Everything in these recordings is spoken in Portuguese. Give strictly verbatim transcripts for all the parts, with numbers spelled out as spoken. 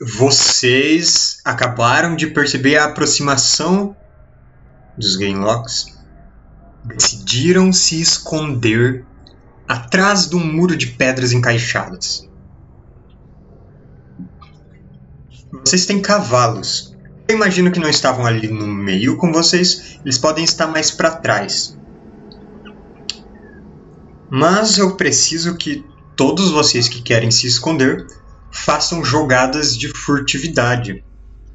vocês acabaram de perceber a aproximação dos Gainlocks. Decidiram se esconder atrás de um muro de pedras encaixadas. Vocês têm cavalos. Eu imagino que não estavam ali no meio com vocês. Eles podem estar mais para trás. Mas eu preciso que todos vocês que querem se esconder façam jogadas de furtividade.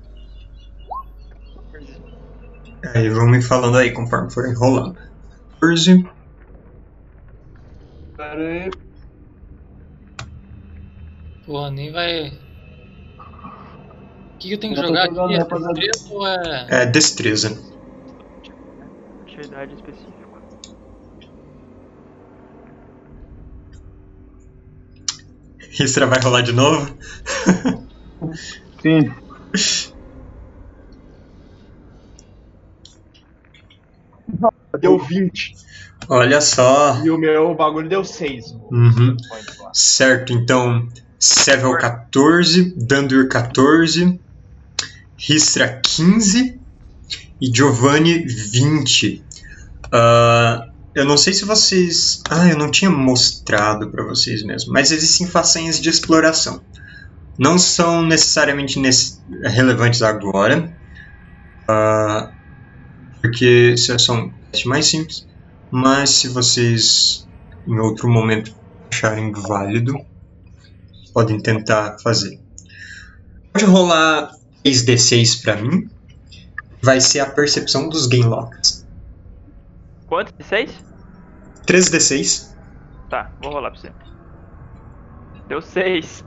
Aí vão me falando aí conforme forem rolando. quatorze. Pera aí. Porra, nem vai... O que, que eu tenho que Eu tô jogar jogando, aqui? É rapaziada. destreza ou é... É destreza. Atividade específica. Istra vai rolar de novo? Sim. Deu vinte. Olha só. E o meu bagulho deu seis. Uhum. Certo, então Sevel quatorze, Dandur quatorze, Ristra quinze e Giovanni vinte. Uh, eu não sei se vocês... Ah, eu não tinha mostrado para vocês mesmo, mas existem façanhas de exploração. Não são necessariamente nesse... relevantes agora, uh, porque são mais simples, mas se vocês em outro momento acharem válido, podem tentar fazer. Pode rolar três D seis para mim. Vai ser a percepção dos Gainlocks. Quanto? Seis? três D seis. Tá, vou rolar pra você. Deu seis.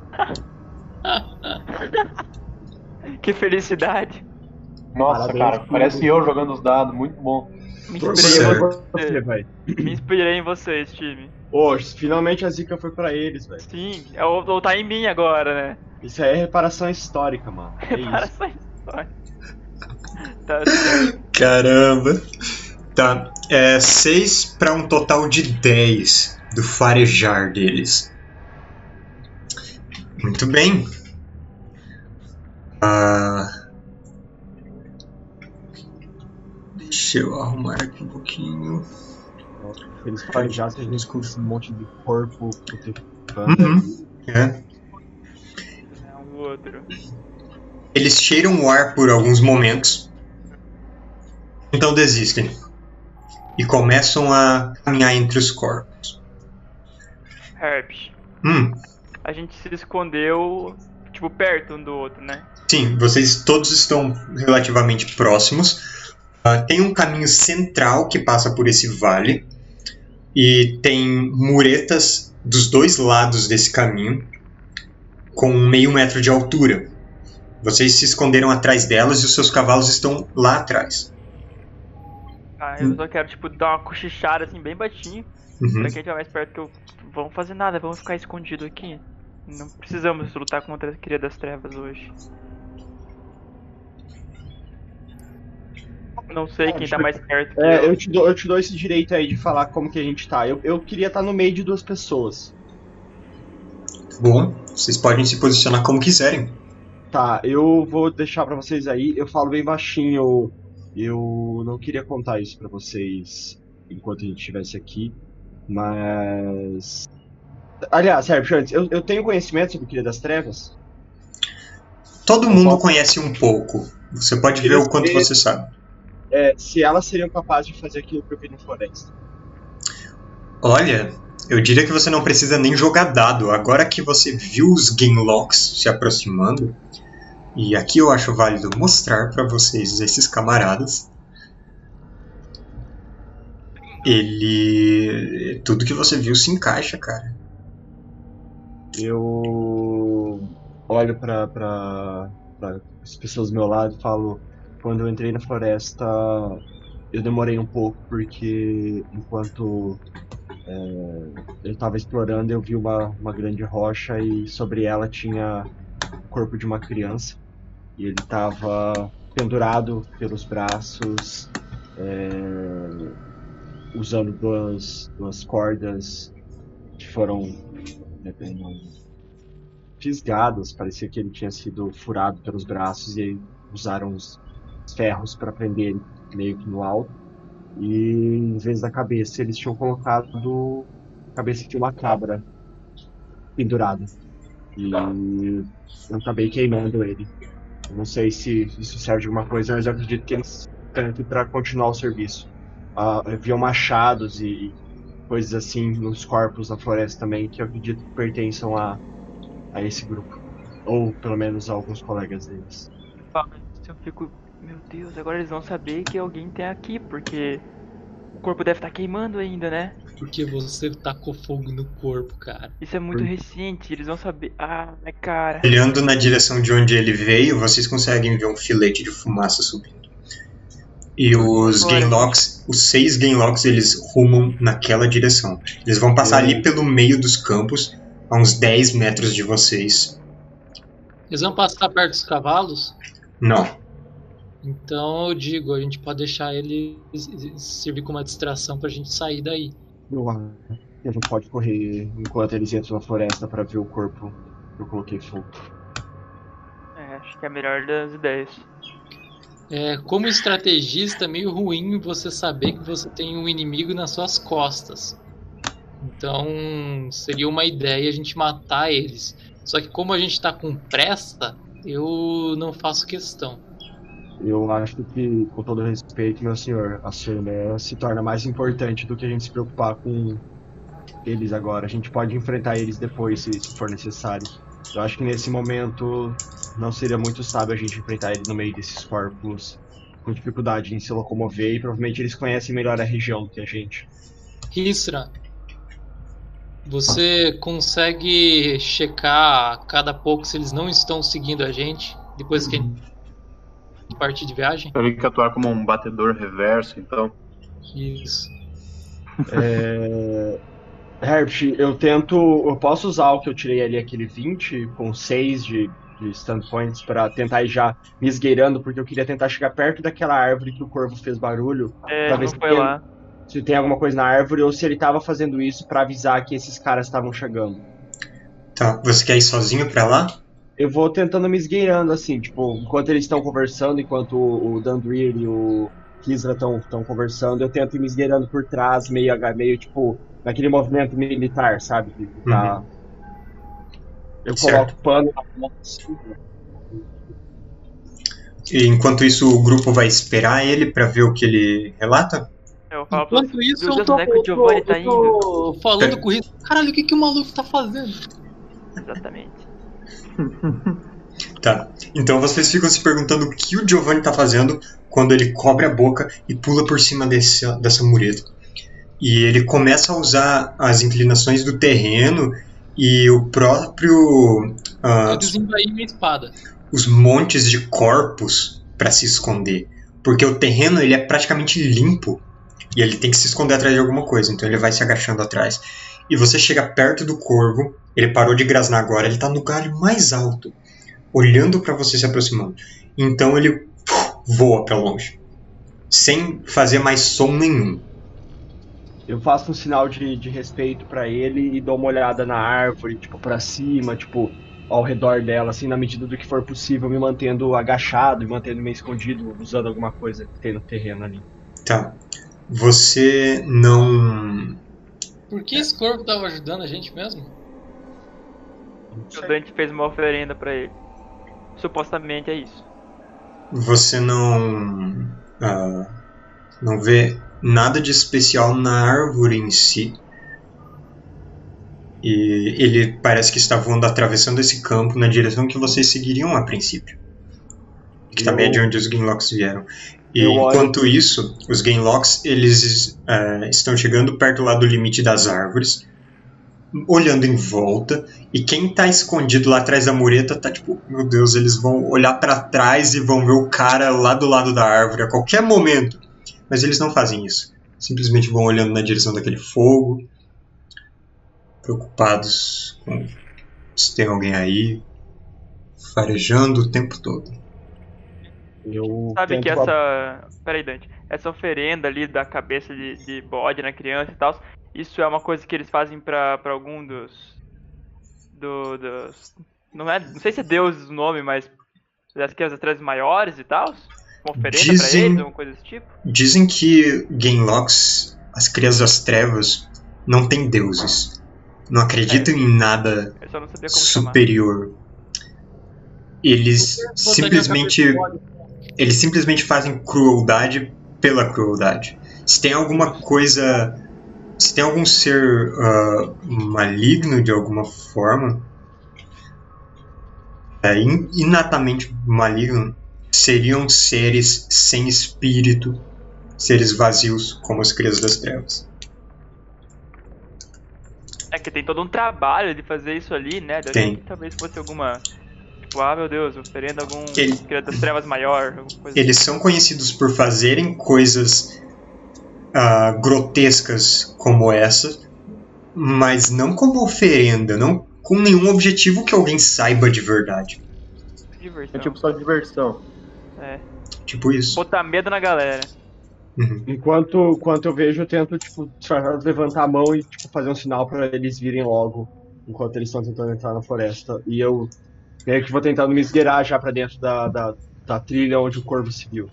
Que felicidade. Nossa, Parabéns, cara, filho. parece eu jogando os dados, muito bom. Me Certo. inspirei, em Você, velho. você. Me inspirei em vocês, time. Ô, finalmente a zica foi pra eles, velho. Sim, é o ou tá em mim agora, né? Isso aí é reparação histórica, mano. É isso. Reparação histórica. Tá certo. Caramba. Tá, é seis para um total de dez do farejar deles. Muito bem. Ah, deixa eu arrumar aqui um pouquinho. Eles farejassem a gente com esse monte de corpo putrefando. Uhum. É. É um outro. Eles cheiram o ar por alguns momentos, então desistem e começam a caminhar entre os corpos. Herbs. Hum, A gente se escondeu, tipo, perto um do outro, né? sim, vocês todos estão relativamente próximos. Ah, tem um caminho central que passa por esse vale e tem muretas dos dois lados desse caminho com meio metro de altura. Vocês se esconderam atrás delas e os seus cavalos estão lá atrás. Ah, eu só quero, tipo, dar uma cochichada assim, bem baixinho. Uhum. Pra quem tiver mais perto que eu. Vamos fazer nada, vamos ficar escondido aqui. Não precisamos lutar contra a Cria das Trevas hoje. Não sei quem tá mais perto que É, eu. eu te, dou, eu te dou esse direito aí de falar como que a gente tá. Eu, eu queria estar no meio de duas pessoas. Bom, vocês podem se posicionar como quiserem. Tá, eu vou deixar pra vocês aí. Eu falo bem baixinho. Eu não queria contar isso pra vocês enquanto a gente estivesse aqui. Mas. Aliás, Sérgio, antes, eu, eu tenho conhecimento sobre o Cria das Trevas? Todo Eu mundo posso- conhece um pouco. Você pode ver Queria o quanto saber- você sabe. É, se elas seriam capazes de fazer aquilo que eu vi no Floresta. Olha, eu diria que você não precisa nem jogar dado. Agora que você viu os Gainlocks se aproximando, e aqui eu acho válido mostrar para vocês esses camaradas. Ele... Tudo que você viu se encaixa, cara. Eu olho pra, pra, pra as pessoas do meu lado e falo: quando eu entrei na floresta, eu demorei um pouco, porque enquanto é, eu estava explorando, eu vi uma, uma grande rocha e sobre ela tinha o corpo de uma criança. E ele estava pendurado pelos braços, é, usando duas, duas cordas que foram. fisgadas, parecia que ele tinha sido furado pelos braços e aí usaram os ferros para prender ele meio que no alto. E em vez da cabeça, eles tinham colocado a cabeça de uma cabra pendurada. E eu acabei queimando ele. Eu não sei se isso serve de alguma coisa, mas eu acredito que eles tentam para continuar o serviço. Ah, haviam machados e coisas assim nos corpos na floresta também, que eu acredito que pertençam a, a esse grupo. Ou pelo menos a alguns colegas deles. Eu fico, meu Deus, agora eles vão saber que alguém tem aqui, porque o corpo deve estar queimando ainda, né? Porque você tacou fogo no corpo, cara. Isso é muito recente, eles vão saber. Ah, cara. Olhando na direção de onde ele veio, vocês conseguem ver um filete de fumaça subindo. E os Agora, Gainlocks, os seis Gainlocks, eles rumam naquela direção. Eles vão passar ali pelo meio dos campos, a uns dez metros de vocês. Eles vão passar perto dos cavalos? Não. Então eu digo, a gente pode deixar eles servir como uma distração pra gente sair daí. Eu acho que a gente pode correr enquanto eles entram na floresta para ver o corpo que eu coloquei fogo. É, acho que é a melhor das ideias. É, como estrategista, é meio ruim você saber que você tem um inimigo nas suas costas. Então seria uma ideia a gente matar eles. Só que como a gente tá com pressa, eu não faço questão. Eu acho que, com todo respeito, meu senhor, a cena se torna mais importante do que a gente se preocupar com eles agora. A gente pode enfrentar eles depois, se, se for necessário. Eu acho que nesse momento não seria muito sábio a gente enfrentar eles no meio desses corpos com dificuldade em se locomover, e provavelmente eles conhecem melhor a região do que a gente. Hisra, você consegue checar a cada pouco se eles não estão seguindo a gente depois que a gente partir de viagem? Eu tenho que atuar como um batedor reverso, então. Isso. É... Herbert, eu tento. Eu posso usar o que eu tirei ali, aquele vinte, com seis de, de standpoints, pra tentar ir já me esgueirando, porque eu queria tentar chegar perto daquela árvore que o corvo fez barulho. É, pra ver não se foi tem, lá. se tem alguma coisa na árvore ou se ele tava fazendo isso pra avisar que esses caras estavam chegando. Tá, você quer ir sozinho pra lá? Eu vou tentando me esgueirando, assim, tipo, enquanto eles estão conversando, enquanto o, o Dandrir e o Kisra estão conversando, eu tento ir me esgueirando por trás, meio, meio tipo, naquele movimento militar, sabe? Que tá... Uhum. Eu Certo. coloco pano na mão assim. E enquanto isso, o grupo vai esperar ele pra ver o que ele relata? Eu falo pra Enquanto isso, Deus, eu tô, onde é que o eu tô, Giovanni tá eu tô falando com o Risco. Caralho, o que, que o maluco tá fazendo? Exatamente. Tá. Então vocês ficam se perguntando o que o Giovanni tá fazendo quando ele cobre a boca e pula por cima desse, dessa mureta. E ele começa a usar as inclinações do terreno e o próprio... Eu Uh, desembaí minha espada. os montes de corpos para se esconder. Porque o terreno ele é praticamente limpo e ele tem que se esconder atrás de alguma coisa. Então ele vai se agachando atrás. E você chega perto do corvo, ele parou de grasnar agora, ele tá no galho mais alto, olhando para você se aproximando. Então ele puf, voa para longe, sem fazer mais som nenhum. Eu faço um sinal de, de respeito pra ele e dou uma olhada na árvore, tipo, pra cima, tipo, ao redor dela, assim, na medida do que for possível, me mantendo agachado, me mantendo meio escondido, usando alguma coisa que tem no terreno ali. Tá. Você não... Por que esse corpo tava ajudando a gente mesmo? O Dante fez uma oferenda pra ele. Supostamente é isso. Você não... Uh, não vê nada de especial na árvore em si. E ele parece que está voando, atravessando esse campo na direção que vocês seguiriam a princípio. Que também é de onde os Gainlocks vieram. E Eu olho- enquanto isso, os Gainlocks eles eh, estão chegando perto lá do limite das árvores, olhando em volta, e quem está escondido lá atrás da mureta tá tipo, meu Deus, eles vão olhar para trás e vão ver o cara lá do lado da árvore a qualquer momento. Mas eles não fazem isso. Simplesmente vão olhando na direção daquele fogo, preocupados com se tem alguém aí, farejando o tempo todo. Eu Sabe tento que essa. Peraí, Dante. Essa oferenda ali da cabeça de, de bode na criança e tal, isso é uma coisa que eles fazem pra, pra algum dos. Do, dos Não, é, não sei se é deuses o nome, mas das crias das trevas maiores e tal? Uma oferenda Dizem- pra eles, alguma coisa desse tipo? Dizem que Genlocks, as crias das trevas, não têm deuses. Não acreditam em nada Eu só não sabia como chamar. superior. Eles Botaria a simplesmente cabeça- eles simplesmente fazem crueldade pela crueldade. Se tem alguma coisa, se tem algum ser ah, maligno de alguma forma, é, in- inatamente maligno, seriam seres sem espírito, seres vazios, como as crias das trevas. É que tem todo um trabalho de fazer isso ali, né? Eu Tem. achei que talvez fosse alguma. Tipo, ah meu Deus, oferenda algum Ele- cria das trevas maior, alguma coisa Eles são conhecidos por fazerem coisas ah, grotescas como essa, mas não como oferenda, não com nenhum objetivo que alguém saiba de verdade. assim. Diversão. É tipo só diversão. É. Tipo isso. Botar medo na galera. Uhum. Enquanto, enquanto eu vejo, eu tento, tipo, levantar a mão e, tipo, fazer um sinal pra eles virem logo, enquanto eles estão tentando entrar na floresta. E eu meio que vou tentando me esgueirar já pra dentro da, da, da trilha onde o corvo se viu.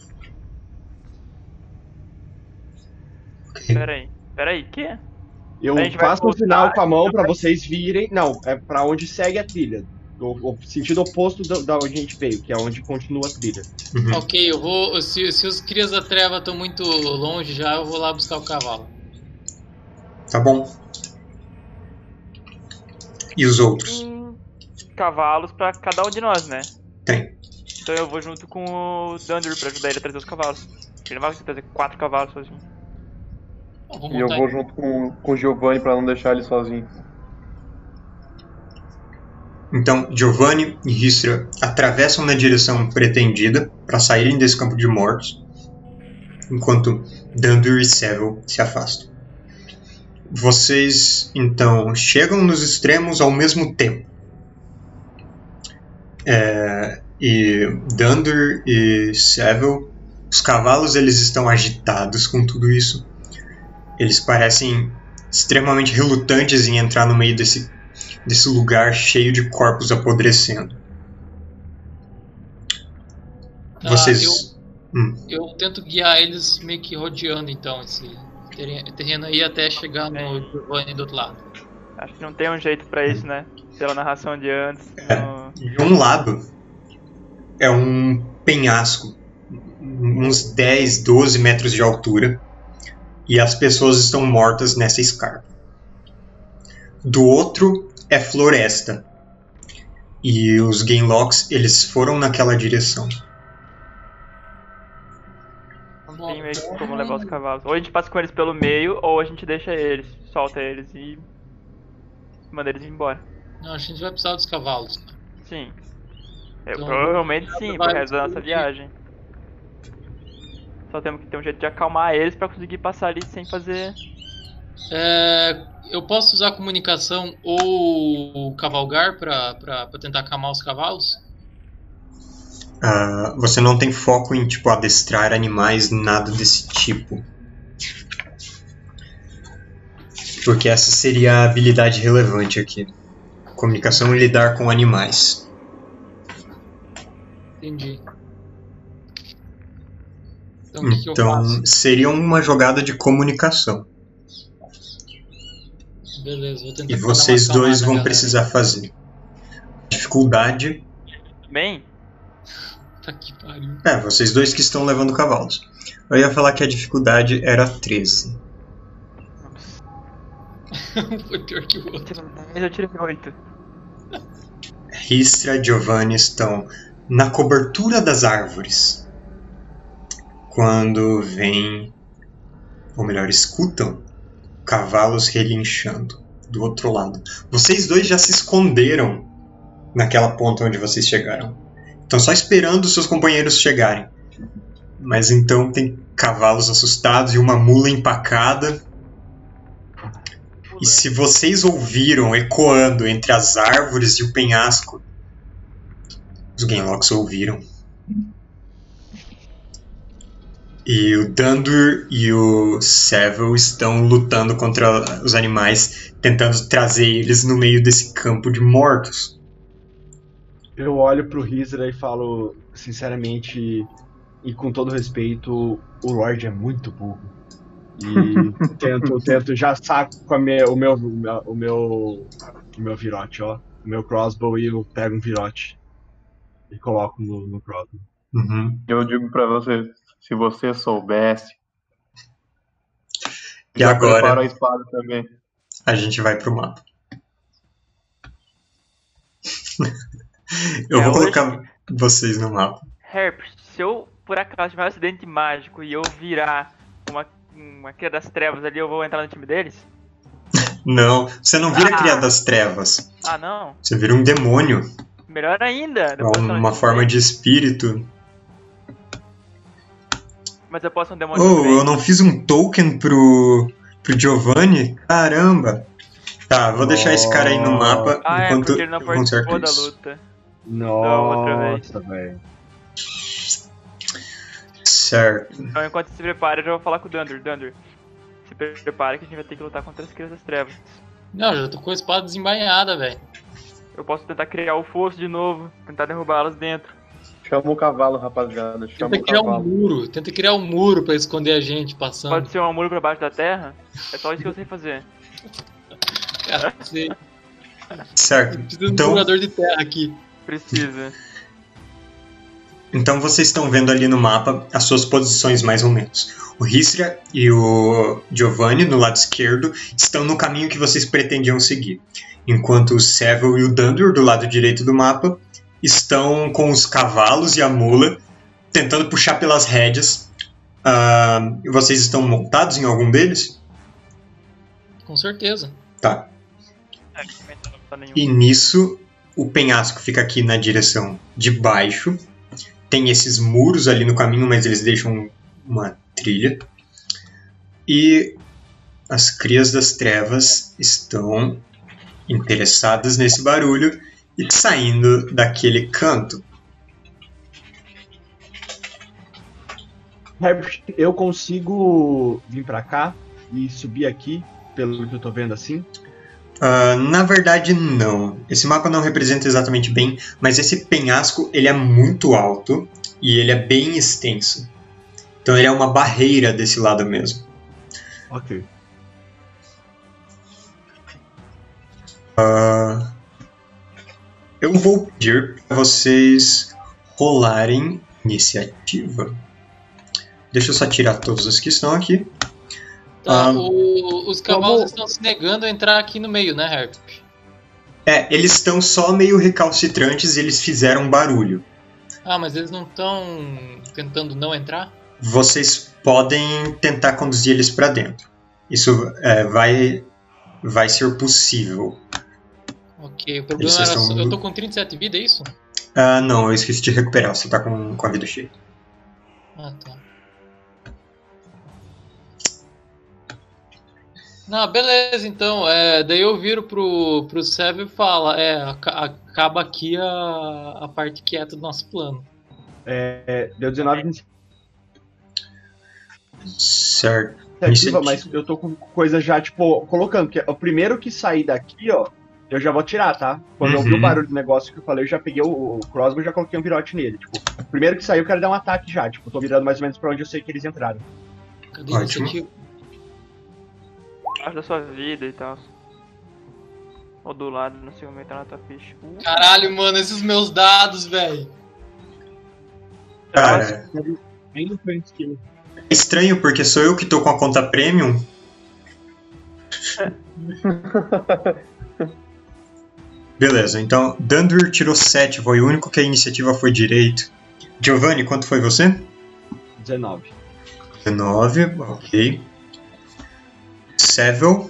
Pera aí. Pera aí, que? Eu A gente vai faço um voltar, sinal com a mão então pra vai- vocês virem. Não, é pra onde segue a trilha. O, o sentido oposto da, da onde a gente veio, que é onde continua a trilha. Uhum. Ok, eu vou. Se, se os crias da treva estão muito longe já, eu vou lá buscar o cavalo. Tá bom. E os outros? Hum, cavalos pra cada um de nós, né? Tem. Então eu vou junto com o Dandur pra ajudar ele a trazer os cavalos. Ele não vai conseguir trazer quatro cavalos sozinho. Bom, vou E eu montar vou junto com, com o Giovanni pra não deixar ele sozinho. Então, Giovanni e Hystra atravessam na direção pretendida para saírem desse campo de mortos, enquanto Dandur e Seville se afastam. Vocês, então, chegam nos extremos ao mesmo tempo. É, e Dandur e Seville, os cavalos eles estão agitados com tudo isso. Eles parecem extremamente relutantes em entrar no meio desse desse lugar cheio de corpos apodrecendo. Tá, Vocês... Hum. Eu tento guiar eles meio que rodeando então esse terre- terreno aí até chegar no Giovanni do outro lado. Acho que não tem um jeito pra isso, né? Pela narração de antes. É. no- De um lado é um penhasco, uns dez, doze metros de altura, e as pessoas estão mortas nessa escarpa. Do outro é floresta, e os Genlocks eles foram naquela direção. Não tem meio que como levar os cavalos. Ou a gente passa com eles pelo meio, ou a gente deixa eles, solta eles e manda eles embora. Não, a gente vai precisar dos cavalos. cara. Sim. Eu, Então, provavelmente sim, vai- pro resto da nossa viagem. Só temos que ter um jeito de acalmar eles pra conseguir passar ali sem fazer. É, eu posso usar a comunicação ou cavalgar pra, pra, pra tentar acalmar os cavalos? Ah, você não tem foco em tipo adestrar animais, nada desse tipo. Porque essa seria a habilidade relevante aqui. Comunicação e lidar com animais. Entendi. Então, o que, que eu Então faço? seria uma jogada de comunicação. Beleza, vou tentar E dar uma vocês acalmada dois na vão galera. precisar fazer. Dificuldade. Bem, Tá que pariu. É, vocês dois que estão levando cavalos. Eu ia falar que a dificuldade era treze. Foi pior que o outro. tirando dez, eu tirei oito. Hystra e Giovanni estão na cobertura das árvores. Quando vem, ou melhor, escutam cavalos relinchando do outro lado. Vocês dois já se esconderam naquela ponta onde vocês chegaram. Estão só esperando seus companheiros chegarem. Mas então tem cavalos assustados e uma mula empacada. E se vocês ouviram ecoando entre as árvores e o penhasco, os Genlocks ouviram. E o Dandur e o Seville estão lutando contra os animais, tentando trazer eles no meio desse campo de mortos. Eu olho pro Rizra e falo, sinceramente, e com todo respeito, o Lorde é muito burro. E tento, tento, já saco com a minha, o, meu, o, meu, o meu virote, ó. O meu crossbow e eu pego um virote e coloco no, no crossbow. Uhum. Eu digo pra você, se você soubesse. E já agora prepara a espada também. a gente vai pro mapa. Eu É, vou hoje- colocar vocês no mapa. Herp, se eu por acaso tiver um acidente mágico e eu virar uma, uma cria das trevas ali, eu vou entrar no time deles? Não, você não vira Ah. criado das trevas. Ah, não. Você vira um demônio. Melhor ainda. É depois eu entro no uma time forma deles. de espírito. Mas eu posso ser um demônio Oh, também. eu não fiz um token pro, pro Giovanni? Caramba. Tá, vou deixar esse cara aí no mapa Ah, é, enquanto porque ele não eu conserto participou da isso. luta. outra vez. Nossa, velho. Certo. Então, enquanto se prepara, eu já vou falar com o Dunder. Dunder, se prepara que a gente vai ter que lutar contra as crias das trevas. Não, já tô com a espada desembainhada, velho. Eu posso tentar criar o fosso de novo, tentar derrubá-las dentro. Chama o cavalo, rapaziada. Chama Tenta o criar um cavalo. muro. Tenta criar um muro pra esconder a gente passando. Pode ser um muro pra baixo da terra? É só isso que eu sei fazer. Cara, você Certo. precisa de um Então, jogador de terra aqui. Precisa. então vocês estão vendo ali no mapa as suas posições mais ou menos. O Histria e o Giovanni, no lado esquerdo, estão no caminho que vocês pretendiam seguir. Enquanto o Seville e o Dundur, do lado direito do mapa, estão com os cavalos e a mula, tentando puxar pelas rédeas. Ah, vocês estão montados em algum deles? Com certeza. Tá. É, não tá nenhum. E nisso, o penhasco fica aqui na direção de baixo. Tem esses muros ali no caminho, mas eles deixam uma trilha. E as crias das trevas estão interessadas nesse barulho e saindo daquele canto. Herbert, eu consigo vir pra cá e subir aqui, pelo que eu tô vendo assim? Ah, na verdade, não. Esse mapa não representa exatamente bem, mas esse penhasco ele é muito alto e ele é bem extenso. Então ele é uma barreira desse lado mesmo. Ok. Ah, eu vou pedir para vocês rolarem iniciativa. Deixa eu só tirar todos os que estão aqui. Tá, Ah, o- os cavalos como- estão se negando a entrar aqui no meio, né, Herp? É, eles estão só meio recalcitrantes e eles fizeram barulho. Ah, mas eles não estão tentando não entrar? Vocês podem tentar conduzir eles para dentro. Isso é, vai, vai ser possível. Ok, o problema Eles era estão- só... Eu tô com trinta e sete vida, é isso? Ah, não, eu esqueci de recuperar. Você tá com, com a vida cheia. Ah, tá. Não, beleza, então. É, daí eu viro pro, pro Sérgio e falo, é, aca- acaba aqui a, a parte quieta do nosso plano. É, deu dezenove de Certo. iniciativa, Iniciativa. mas eu tô com coisa já, tipo, colocando. Que é o primeiro que sair daqui, ó, eu já vou tirar, tá? Quando eu ouvi Uhum. o barulho do negócio que eu falei, eu já peguei o, o crossbow e já coloquei um virote nele. Tipo, o primeiro que sair, eu quero dar um ataque já. Tipo, eu tô virando mais ou menos pra onde eu sei que eles entraram. Cadê a Ótimo. iniciativa? Acho da sua vida e tal. Ou do lado, não sei como entrar na tua ficha. Uh, Caralho, mano, esses meus dados, velho. Cara, Ainda foi um skill. é estranho porque sou eu que tô com a conta premium. Beleza, então Dundur tirou sete, foi o único que a iniciativa foi direito. Giovanni, quanto foi você? dezenove. dezenove, ok. Seville,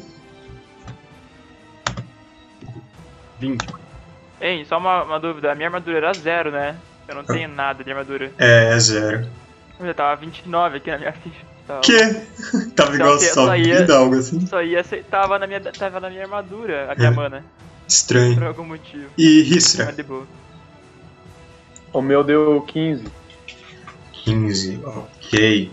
vinte. Ei, só uma, uma dúvida. A minha armadura era zero, né? Eu não tenho nada de armadura. é zero. Eu tava vinte e nove aqui na minha ficha. Tava, Que? Tava igual a que sua só ia- vida, algo assim. Isso aí acei- tava na minha, tava na minha armadura, a minha É. mana. Estranho. Por algum motivo. E Histra? Mas de boa. O meu deu quinze. quinze, ok.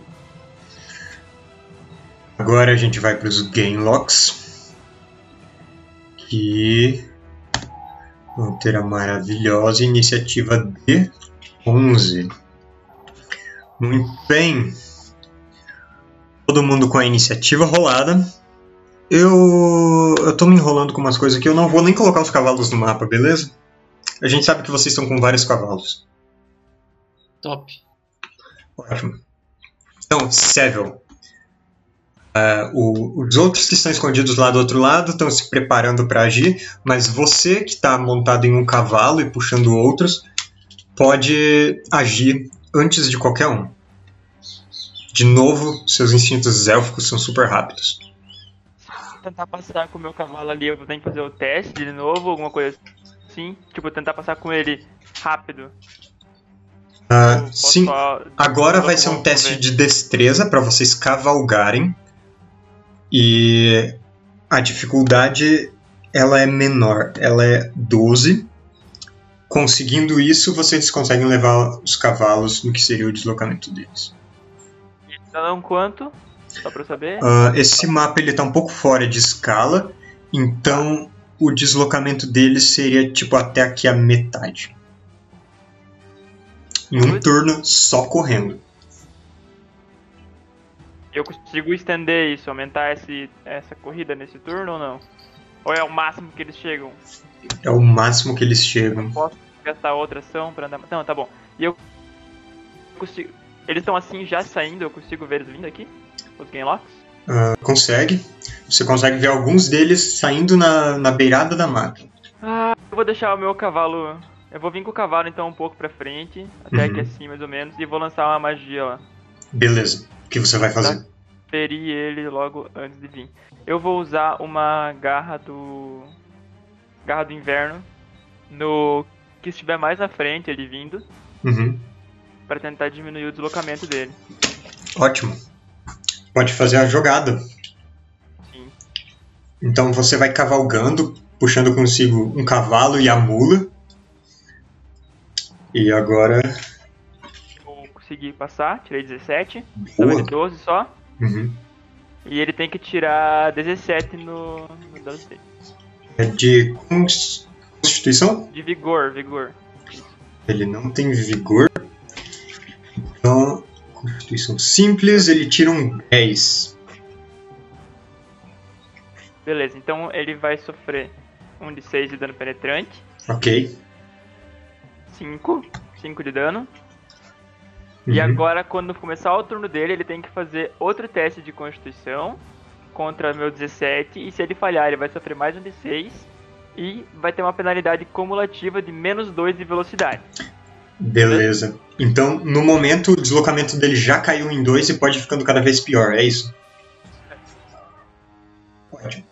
Agora a gente vai para os Gainlocks. Que Vão ter a maravilhosa iniciativa de onze. Muito bem. Todo mundo com a iniciativa rolada. Eu, eu tô me enrolando com umas coisas aqui. Eu não vou nem colocar os cavalos no mapa, beleza? A gente sabe que vocês estão com vários cavalos. Top. Ótimo. Então, Seville. Uh, o, os outros que estão escondidos lá do outro lado estão se preparando para agir, mas você que está montado em um cavalo e puxando outros pode agir antes de qualquer um. De novo, seus instintos élficos são super rápidos. Vou tentar passar com o meu cavalo ali, eu vou ter que fazer o teste de novo, alguma coisa assim. Tipo, tentar passar com ele rápido. Uh, sim, agora vai ser um teste de destreza para vocês cavalgarem. E a dificuldade ela é menor, ela é doze. Conseguindo isso, vocês conseguem levar os cavalos no que seria o deslocamento deles. Então, quanto? Só pra eu saber? Uh, esse mapa ele tá um pouco fora de escala, então o deslocamento deles seria tipo até aqui a metade. Em um turno só correndo. Eu consigo estender isso, aumentar esse, essa corrida nesse turno ou não? Ou é o máximo que eles chegam? É o máximo que eles chegam. Eu posso gastar outra ação pra andar... Não, tá bom. E eu consigo... Eles estão assim já saindo, eu consigo ver eles vindo aqui? Os Gainlocks? Uh, consegue. Você consegue ver alguns deles saindo na, na beirada da mata. Ah, eu vou deixar o meu cavalo... Eu vou vir com o cavalo então um pouco pra frente, até uhum. aqui assim mais ou menos, e vou lançar uma magia lá. Beleza. O que você vai fazer? Ferir ele logo antes de vir. Eu vou usar uma garra do... Garra do inverno no que estiver mais na frente, ele vindo. Uhum. Pra tentar diminuir o deslocamento dele. Ótimo. Pode fazer a jogada. Sim. Então você vai cavalgando, puxando consigo um cavalo e a mula. E agora... Eu consegui passar, tirei dezessete. Boa. Tava de doze só. Uhum. E ele tem que tirar dezessete no, no dano dele. É de constituição? De vigor, vigor. Ele não tem vigor. Então, constituição simples, ele tira um dez. Beleza, então ele vai sofrer um de seis de dano penetrante. Ok. cinco. cinco de dano. Uhum. E agora, quando começar o turno dele, ele tem que fazer outro teste de constituição contra meu dezessete. E se ele falhar, ele vai sofrer mais um de seis. E vai ter uma penalidade cumulativa de menos dois de velocidade. Beleza. Então, no momento, o deslocamento dele já caiu em dois e pode ir ficando cada vez pior, é isso? Ótimo.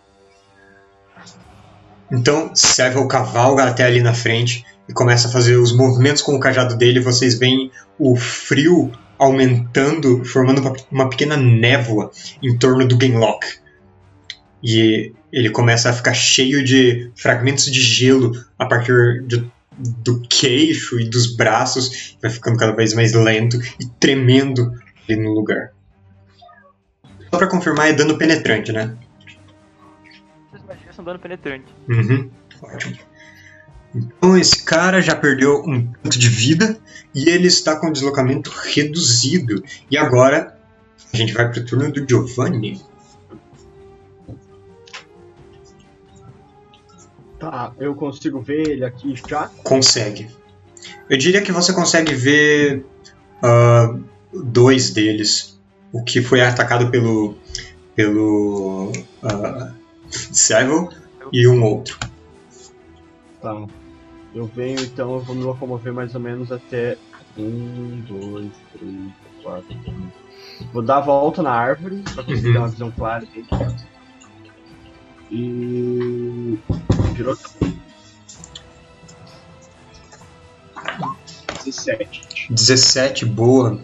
Então, Seville cavalga até ali na frente e começa a fazer os movimentos com o cajado dele. Vocês veem o frio aumentando, formando uma, uma pequena névoa em torno do Gainlock. E ele começa a ficar cheio de fragmentos de gelo a partir de, do queixo e dos braços. Vai ficando cada vez mais lento e tremendo ali no lugar. Só pra confirmar, é dano penetrante, né? Essas magias são dano penetrante. Uhum, ótimo. Então esse cara já perdeu um ponto de vida e ele está com deslocamento reduzido. E agora a gente vai pro turno do Giovanni. Tá, eu consigo ver ele aqui já? Consegue. Eu diria que você consegue ver uh, dois deles. O que foi atacado pelo pelo uh, Seville e um outro. Tá. Eu venho, então eu vou me locomover mais ou menos até um, dois, três, quatro, cinco. Vou dar a volta na árvore pra conseguir Uhum. ter uma visão clara aqui. E... Virou dezessete. dezessete, boa.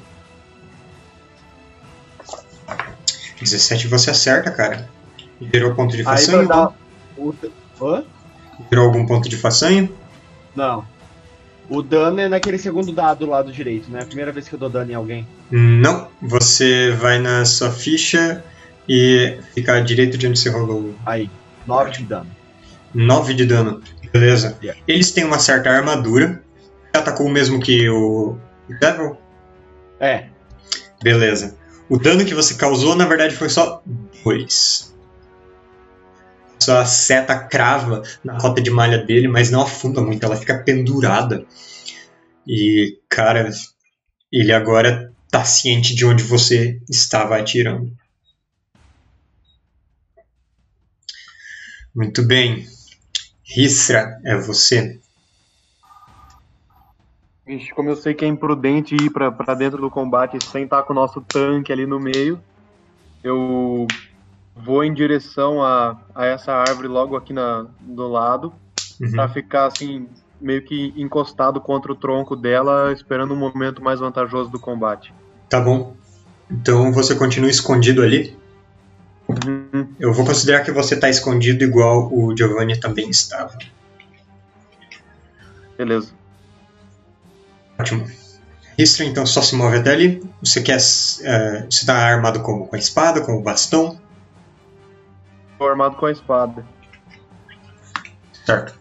dezessete você acerta, cara. Virou ponto de Aí façanha? vai dar... O... Hã? Virou algum ponto de façanha? Não. O dano é naquele segundo dado do lado direito, né? A primeira vez que eu dou dano em alguém. Não. Você vai na sua ficha e fica à direita de onde você rolou. Aí, nove de dano. nove de dano. Beleza. Yeah. Eles têm uma certa armadura. Atacou o mesmo que o Devil? É. Beleza. O dano que você causou, na verdade, foi só dois. Sua seta crava na cota de malha dele, mas não afunda muito, ela fica pendurada. E, cara, ele agora tá ciente de onde você estava atirando. Muito bem. Hisra, é você. Vixe, como eu sei que é imprudente ir pra, pra dentro do combate sem estar com o nosso tanque ali no meio, eu vou em direção a, a essa árvore logo aqui na, do lado, Uhum. pra ficar assim, meio que encostado contra o tronco dela, esperando um momento mais vantajoso do combate. Tá bom. Então você continua escondido ali. Uhum. Eu vou considerar que você tá escondido igual o Giovanni também estava. Beleza. Ótimo. Histra, então, só se move até ali. Você quer... Uh, você tá armado como? Com a espada, com o bastão? Tô armado com a espada. Certo.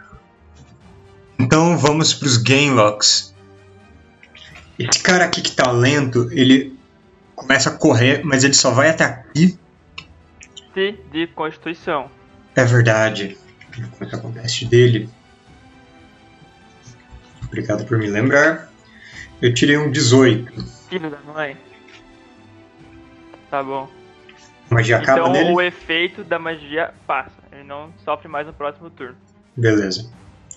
Então vamos para os Gainlocks. Esse cara aqui que tá lento, ele começa a correr, mas ele só vai até aqui. De Constituição. É verdade. Como é que acontece dele? Obrigado por me lembrar. Eu tirei um dezoito. Filho da mãe. Tá bom. A magia acaba Então nele? o efeito da magia passa. Ele não sofre mais no próximo turno. Beleza.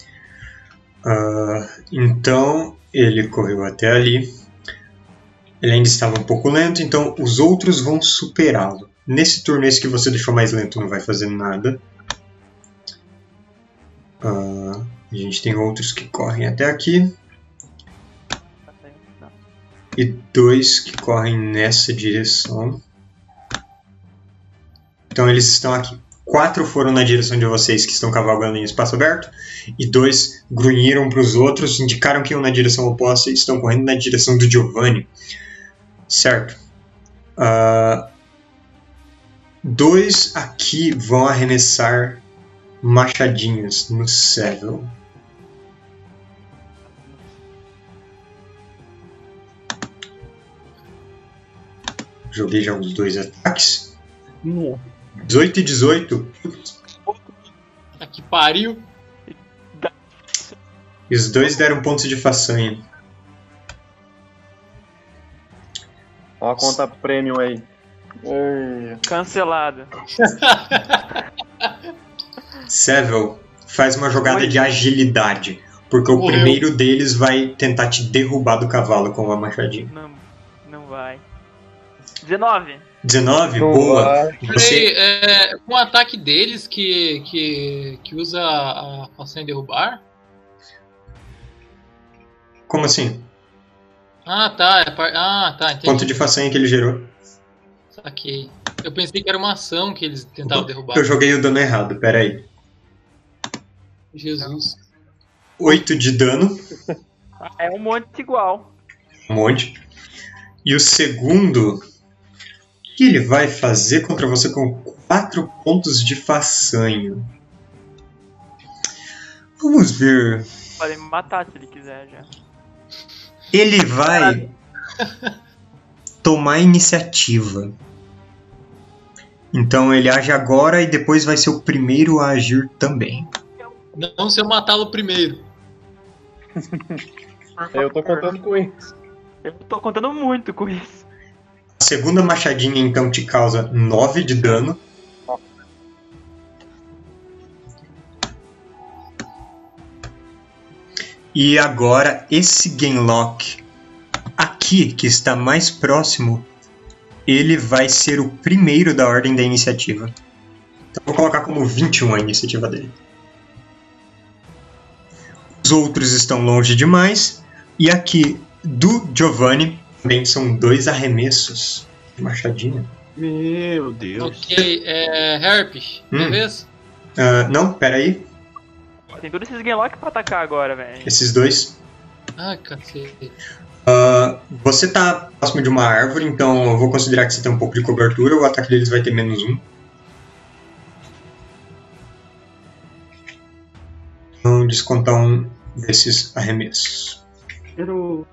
Uh, então ele correu até ali. Ele ainda estava um pouco lento, então os outros vão superá-lo. Nesse turno, esse que você deixou mais lento não vai fazer nada. Uh, a gente tem outros que correm até aqui. E dois que correm nessa direção. Então eles estão aqui. Quatro foram na direção de vocês que estão cavalgando em espaço aberto. E dois grunhiram para os outros, indicaram que iam na direção oposta e estão correndo na direção do Giovanni. Certo. Uh, dois aqui vão arremessar machadinhos no Seville. Joguei já os dois ataques. Não. dezoito e dezoito. Ah, que pariu. E os dois deram pontos de façanha. Ó a conta premium aí. Ei. Cancelado. Seville faz uma jogada Oi. de agilidade. Porque o Morreu. primeiro deles vai tentar te derrubar do cavalo com uma machadinha. Não, não vai. dezenove. dezenove? Não Boa. vai. Você... Peraí, é, com o ataque deles que, que, que usa a façanha derrubar? Como assim? Ah, tá. É par... Ah, tá, entendi. Quanto de façanha que ele gerou? Saquei. Eu pensei que era uma ação que eles tentavam derrubar. Eu joguei o dano errado, peraí. Jesus. oito de dano. É um monte igual. Um monte. E o segundo... O que ele vai fazer contra você com quatro pontos de façanha? Vamos ver. Pode me matar se ele quiser já. Ele vai tomar a iniciativa. Então ele age agora e depois vai ser o primeiro a agir também. Não se eu matá-lo primeiro. Eu tô contando com isso. Eu tô contando muito com isso. A segunda machadinha então te causa nove de dano. E agora esse Gainlock aqui, que está mais próximo, ele vai ser o primeiro da ordem da iniciativa. Então vou colocar como vinte e um a iniciativa dele. Os outros estão longe demais. E aqui do Giovanni também são dois arremessos de machadinha. Meu Deus. Ok, é. Herpes, minha Hum. vez? Uh, não, peraí. Tem todos esses Gainlock pra atacar agora, velho. Esses dois. Ai, cacete. Uh, você tá próximo de uma árvore, então eu vou considerar que você tem um pouco de cobertura. O ataque deles vai ter menos um. vamos descontar um desses arremessos. Errou.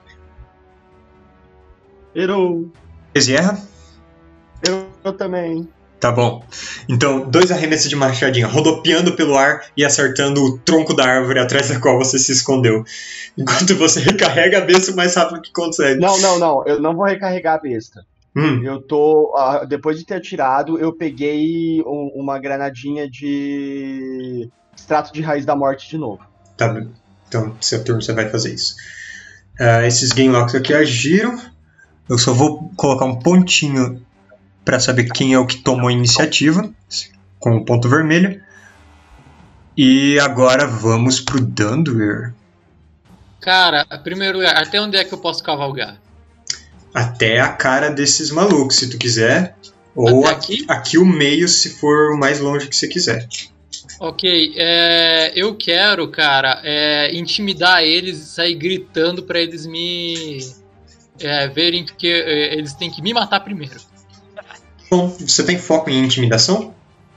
Errou. treze erra? Eu, eu também. Tá bom. Então, dois arremessos de machadinha, rodopiando pelo ar e acertando o tronco da árvore atrás da qual você se escondeu. Enquanto você recarrega a besta o mais rápido que consegue. Não, não, não. Eu não vou recarregar a besta. Hum, Eu tô. ah, depois de ter atirado, eu peguei um- uma granadinha de extrato de raiz da morte de novo. tá bem. Então, seu turno você vai fazer isso. Ah, esses Gamelocks aqui agiram. Eu só vou colocar um pontinho para saber quem é o que tomou a iniciativa, com o ponto vermelho. E agora vamos pro Dunduir. Cara, em primeiro lugar, até onde é que eu posso cavalgar? Até a cara desses malucos, se tu quiser. Ou Até aqui? aqui? aqui o meio, se for o mais longe que você quiser. Ok, é, eu quero, cara, é, intimidar eles e sair gritando pra eles me é, verem que é, eles têm que me matar primeiro. Bom, você tem foco em intimidação?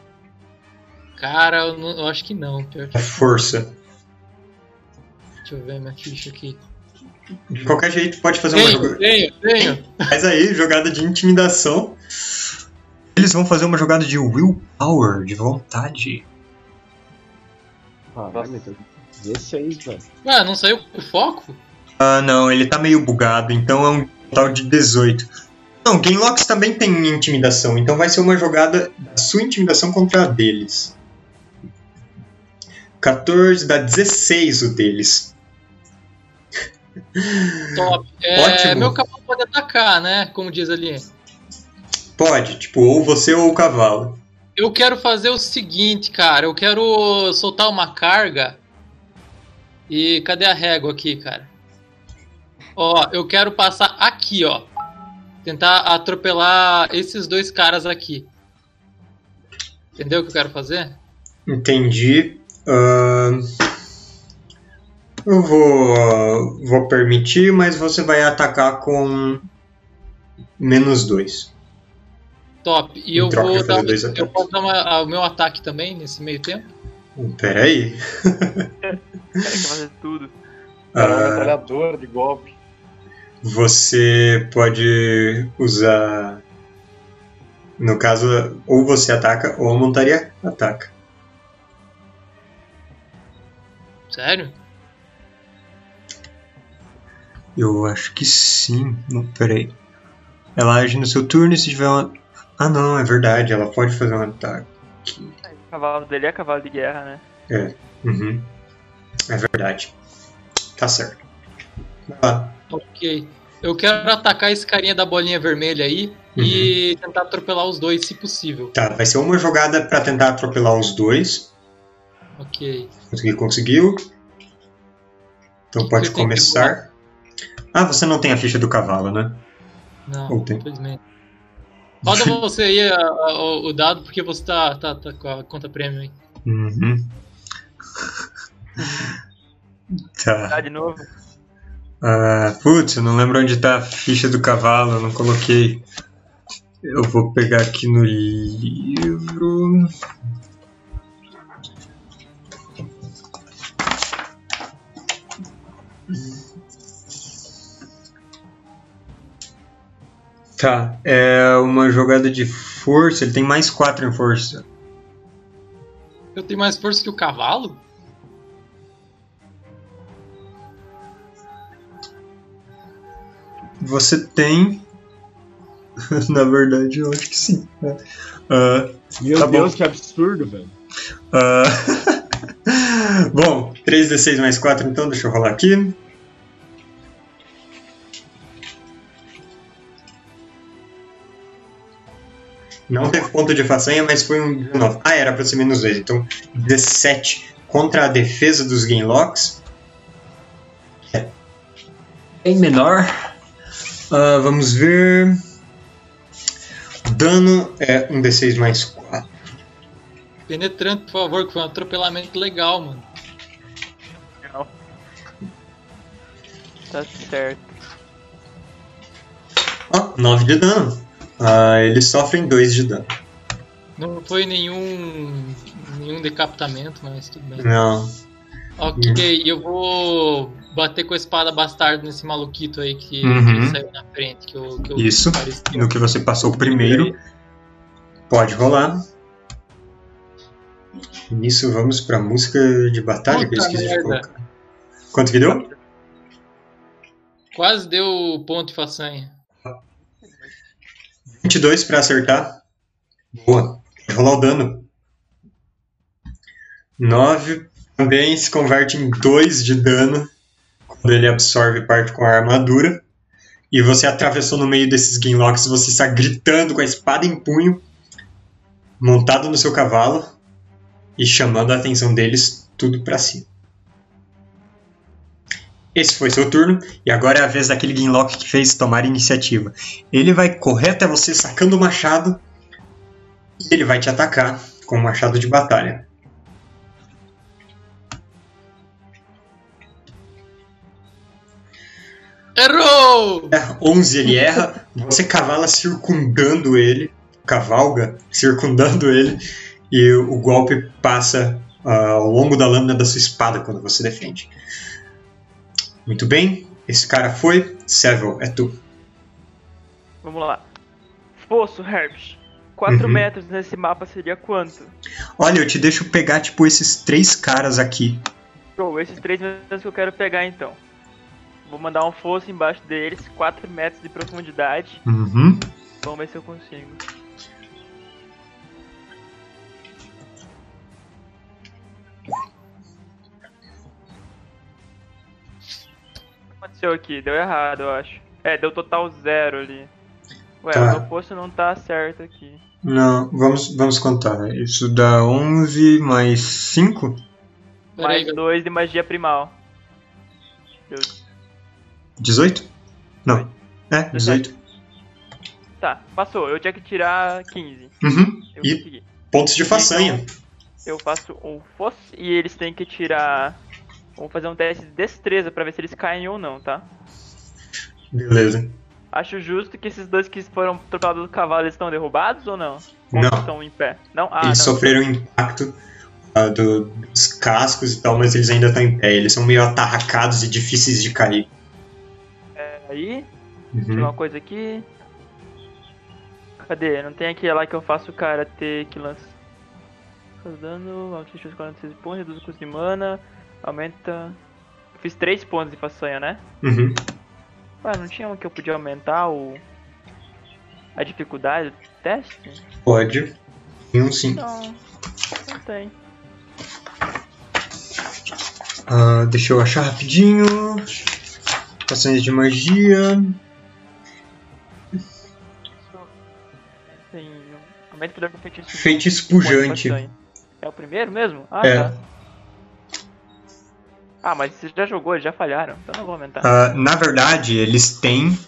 Cara, eu, não- eu acho que não. Pior que- É força. Deixa eu ver minha ficha aqui. De qualquer jeito, pode fazer uma Tenho, jogada. tenho, tenho. Faz aí, jogada de intimidação. Eles vão fazer uma jogada de willpower, de vontade. Caralho, então. dezesseis, velho. Ué, não saiu o foco? Ah, não, ele tá meio bugado, então é um total de dezoito. Não, Gamelocks também tem intimidação, então vai ser uma jogada da sua intimidação contra a deles. quatorze dá dezesseis o deles. Top. É, Ótimo. meu cavalo pode atacar, né? Como diz ali. Pode, tipo, ou você ou o cavalo. Eu quero fazer o seguinte, cara. Eu quero soltar uma carga. E cadê a régua aqui, cara? Ó, eu quero passar aqui, ó. Tentar atropelar esses dois caras aqui. Entendeu o que eu quero fazer? Entendi. Ahn, eu vou, vou permitir, mas você vai atacar com menos dois. Top. E Em eu troca vou de dar, fazer dois eu ataques. posso dar uma- o meu ataque também nesse meio tempo? Pera aí. O cara quer fazer tudo. Era uma Ah, metralhadora de golpe. você pode usar. No caso, ou você ataca ou a montaria ataca. Sério? Eu acho que sim. Não, peraí. Ela age no seu turno e se tiver uma. Ah, não, é verdade. Ela pode fazer um ataque. O cavalo dele é cavalo de guerra, né? É. Uhum. É verdade. Tá certo. Vai lá. Ok. Eu quero atacar esse carinha da bolinha vermelha aí e tentar atropelar os dois, se possível. Tá, vai ser uma jogada pra tentar atropelar os dois. Ok. Consegui, conseguiu. Então Que pode que eu tenho que começar. Ah, você não tem a ficha do cavalo, né? Não, Ou tem. infelizmente. Roda você aí a- a- o, o dado, porque você tá, tá, tá com a conta premium aí. Uhum. Tá Tá. de novo. Ah, putz, eu não lembro onde tá a ficha do cavalo, eu não coloquei. Eu vou pegar aqui no livro. Tá, é uma jogada de força, ele tem mais quatro em força. Eu tenho mais força que o cavalo? Você tem. Na verdade, eu acho que sim. né? Ah, Meu Tá bom. Deus, que absurdo, velho. ah, Bom, três d seis mais quatro, então, deixa eu rolar aqui. Não teve ponto de façanha, mas foi um dezenove. Ah, era pra ser menos dois, então dezessete contra a defesa dos Gamelocks. É bem menor. Ah, vamos ver. Dano é um d seis mais quatro. Penetrante, por favor, que foi um atropelamento legal, mano. Não. Tá certo. Ó, nove de dano. Ah, eles sofrem dois de dano. Não foi nenhum nenhum decapitamento, mas tudo bem. Não. Ok, eu vou bater com a espada bastardo nesse maluquito aí que, Uhum. que ele saiu na frente. Que eu, que eu Isso. parecia. No que você passou primeiro. Pode rolar. Nisso vamos pra música de batalha que eu Puta esqueci de merda. colocar. Quanto que deu? Quase deu ponto de façanha. vinte e dois pra acertar. Boa. Pode rolar o dano. nove também se converte em dois de dano quando ele absorve parte com a armadura. E você atravessou no meio desses Gainlocks, você está gritando com a espada em punho, montado no seu cavalo e chamando a atenção deles tudo pra si. Esse foi seu turno, e agora é a vez daquele Gainlock que fez tomar iniciativa. Ele vai correr até você sacando o machado e ele vai te atacar com o machado de batalha. Errou! É, onze ele erra, você cavala circundando ele, cavalga circundando ele, e o golpe passa uh, ao longo da lâmina da sua espada quando você defende. Muito bem, esse cara foi. Seville, é tu. Vamos lá. Fosso, Herbs. quatro Uhum. metros nesse mapa seria quanto? Olha, eu te deixo pegar tipo esses três caras aqui. Show, esses três metros que eu quero pegar então. Vou mandar um fosso embaixo deles, quatro metros de profundidade. Uhum. Vamos ver se eu consigo. O que aconteceu aqui? Deu errado, eu acho. É, deu total zero ali. Ué, Tá. o meu fosso não tá certo aqui. Não, vamos, vamos contar. Isso dá onze mais cinco? Peraí, Mais dois de magia primal. Deu... dezoito? Não. É, dezoito. Tá, passou. Eu tinha que tirar quinze. Uhum. Eu E consegui. pontos de façanha. Eu faço um fosso e eles têm que tirar... Vamos fazer um teste de destreza pra ver se eles caem ou não, tá? Beleza. Acho justo que esses dois que foram atropelados do cavalo, eles estão derrubados ou não? Ou Não. estão em pé? Não? Ah, Eles não. sofreram impacto ah, do- dos cascos e tal, mas eles ainda estão em pé. Eles são meio atarracados e difíceis de cair. Aí, deixa eu ver Uhum. uma coisa aqui. Cadê? Não tem aquele lá que eu faço o cara ter que lançar. Faz dano, aumenta os quarenta e seis pontos, reduz o custo de mana, aumenta... Eu fiz três pontos de façanha, né? Uhum. Ué, não tinha um que eu podia aumentar o... a dificuldade do teste? Pode. Tem um sim. Não, não tem. Ah, deixa eu achar rapidinho. Façanhas de magia. Tem... Aumenta o poder do feitiço. Feitiço Ponto de pujante. façanha. É o primeiro mesmo? Ah, É. tá. Ah, mas você já jogou, eles já falharam, então não vou aumentar. Ah, na verdade, eles têm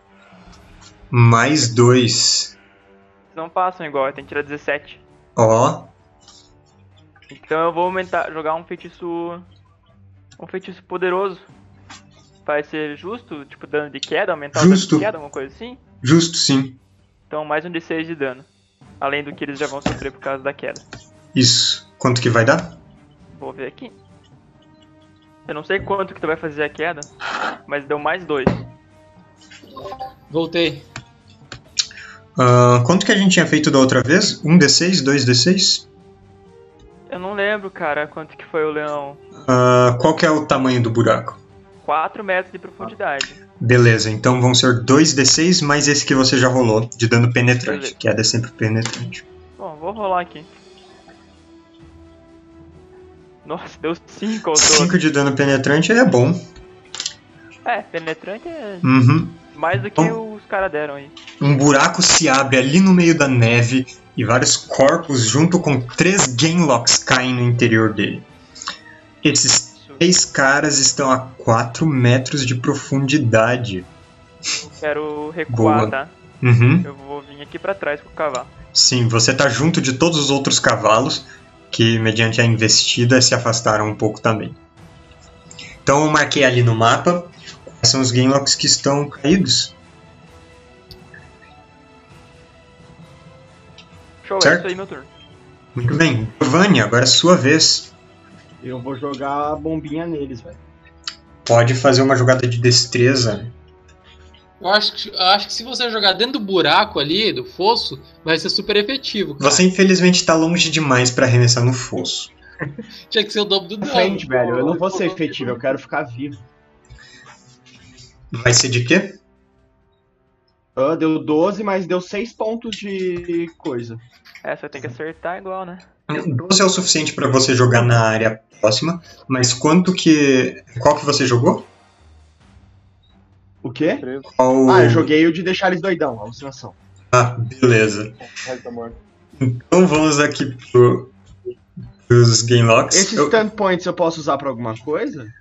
mais dois. Eles não passam igual, tem que tirar dezessete. Ó. Então eu vou aumentar, jogar um feitiço... Um feitiço poderoso. Vai ser justo? Tipo, dano de queda, aumentar o Justo. dano de queda, alguma coisa assim? Justo, sim. Então mais um D seis de dano. Além do que eles já vão sofrer por causa da queda. Isso. Quanto que vai dar? Vou ver aqui. Eu não sei quanto que tu vai fazer a queda, mas deu mais dois. Voltei. Ah, quanto que a gente tinha feito da outra vez? um D seis? dois D seis? Eu não lembro, cara, quanto que foi o leão. Ah, qual que é o tamanho do buraco? quatro metros de profundidade. Beleza, então vão ser dois D seis mais esse que você já rolou, de dano penetrante, Beleza. que é D sempre penetrante. Bom, vou rolar aqui. Nossa, deu cinco ao cinco todo. de dano penetrante é bom. É, penetrante é Uhum. mais do que Bom. os caras deram aí. Um buraco se abre ali no meio da neve e vários corpos junto com três Gainlocks caem no interior dele. Esses Isso. três caras estão a quatro metros de profundidade. Eu quero recuar, Boa. tá? Uhum. Eu vou vir aqui pra trás com o cavalo. Sim, você tá junto de todos os outros cavalos que, mediante a investida, se afastaram um pouco também. Então eu marquei ali no mapa quais são os Gainlocks que estão caídos. Show, é Certo. isso aí, meu turno. Muito bem. Giovanni, agora é sua vez. Eu vou jogar a bombinha neles, velho. Pode fazer uma jogada de destreza. Eu acho, que, eu acho que se você jogar dentro do buraco ali, do fosso, vai ser super efetivo. Cara. Você infelizmente tá longe demais pra arremessar no fosso. Tinha que ser o dobro do dano. Frente, velho. Eu não vou ser efetivo, eu quero ficar vivo. Vai ser de quê? Ah, deu doze, mas deu seis pontos de coisa. É, só tem que acertar igual, né? doze é o suficiente pra você jogar na área próxima, mas quanto que... Qual que você jogou? O quê? Qual... Ah, eu joguei o de deixar eles doidão, alucinação. Ah, beleza. Ai, tá morto. Então vamos aqui pro, pros Game Locks. Esses Eu- stand points eu posso usar pra alguma coisa?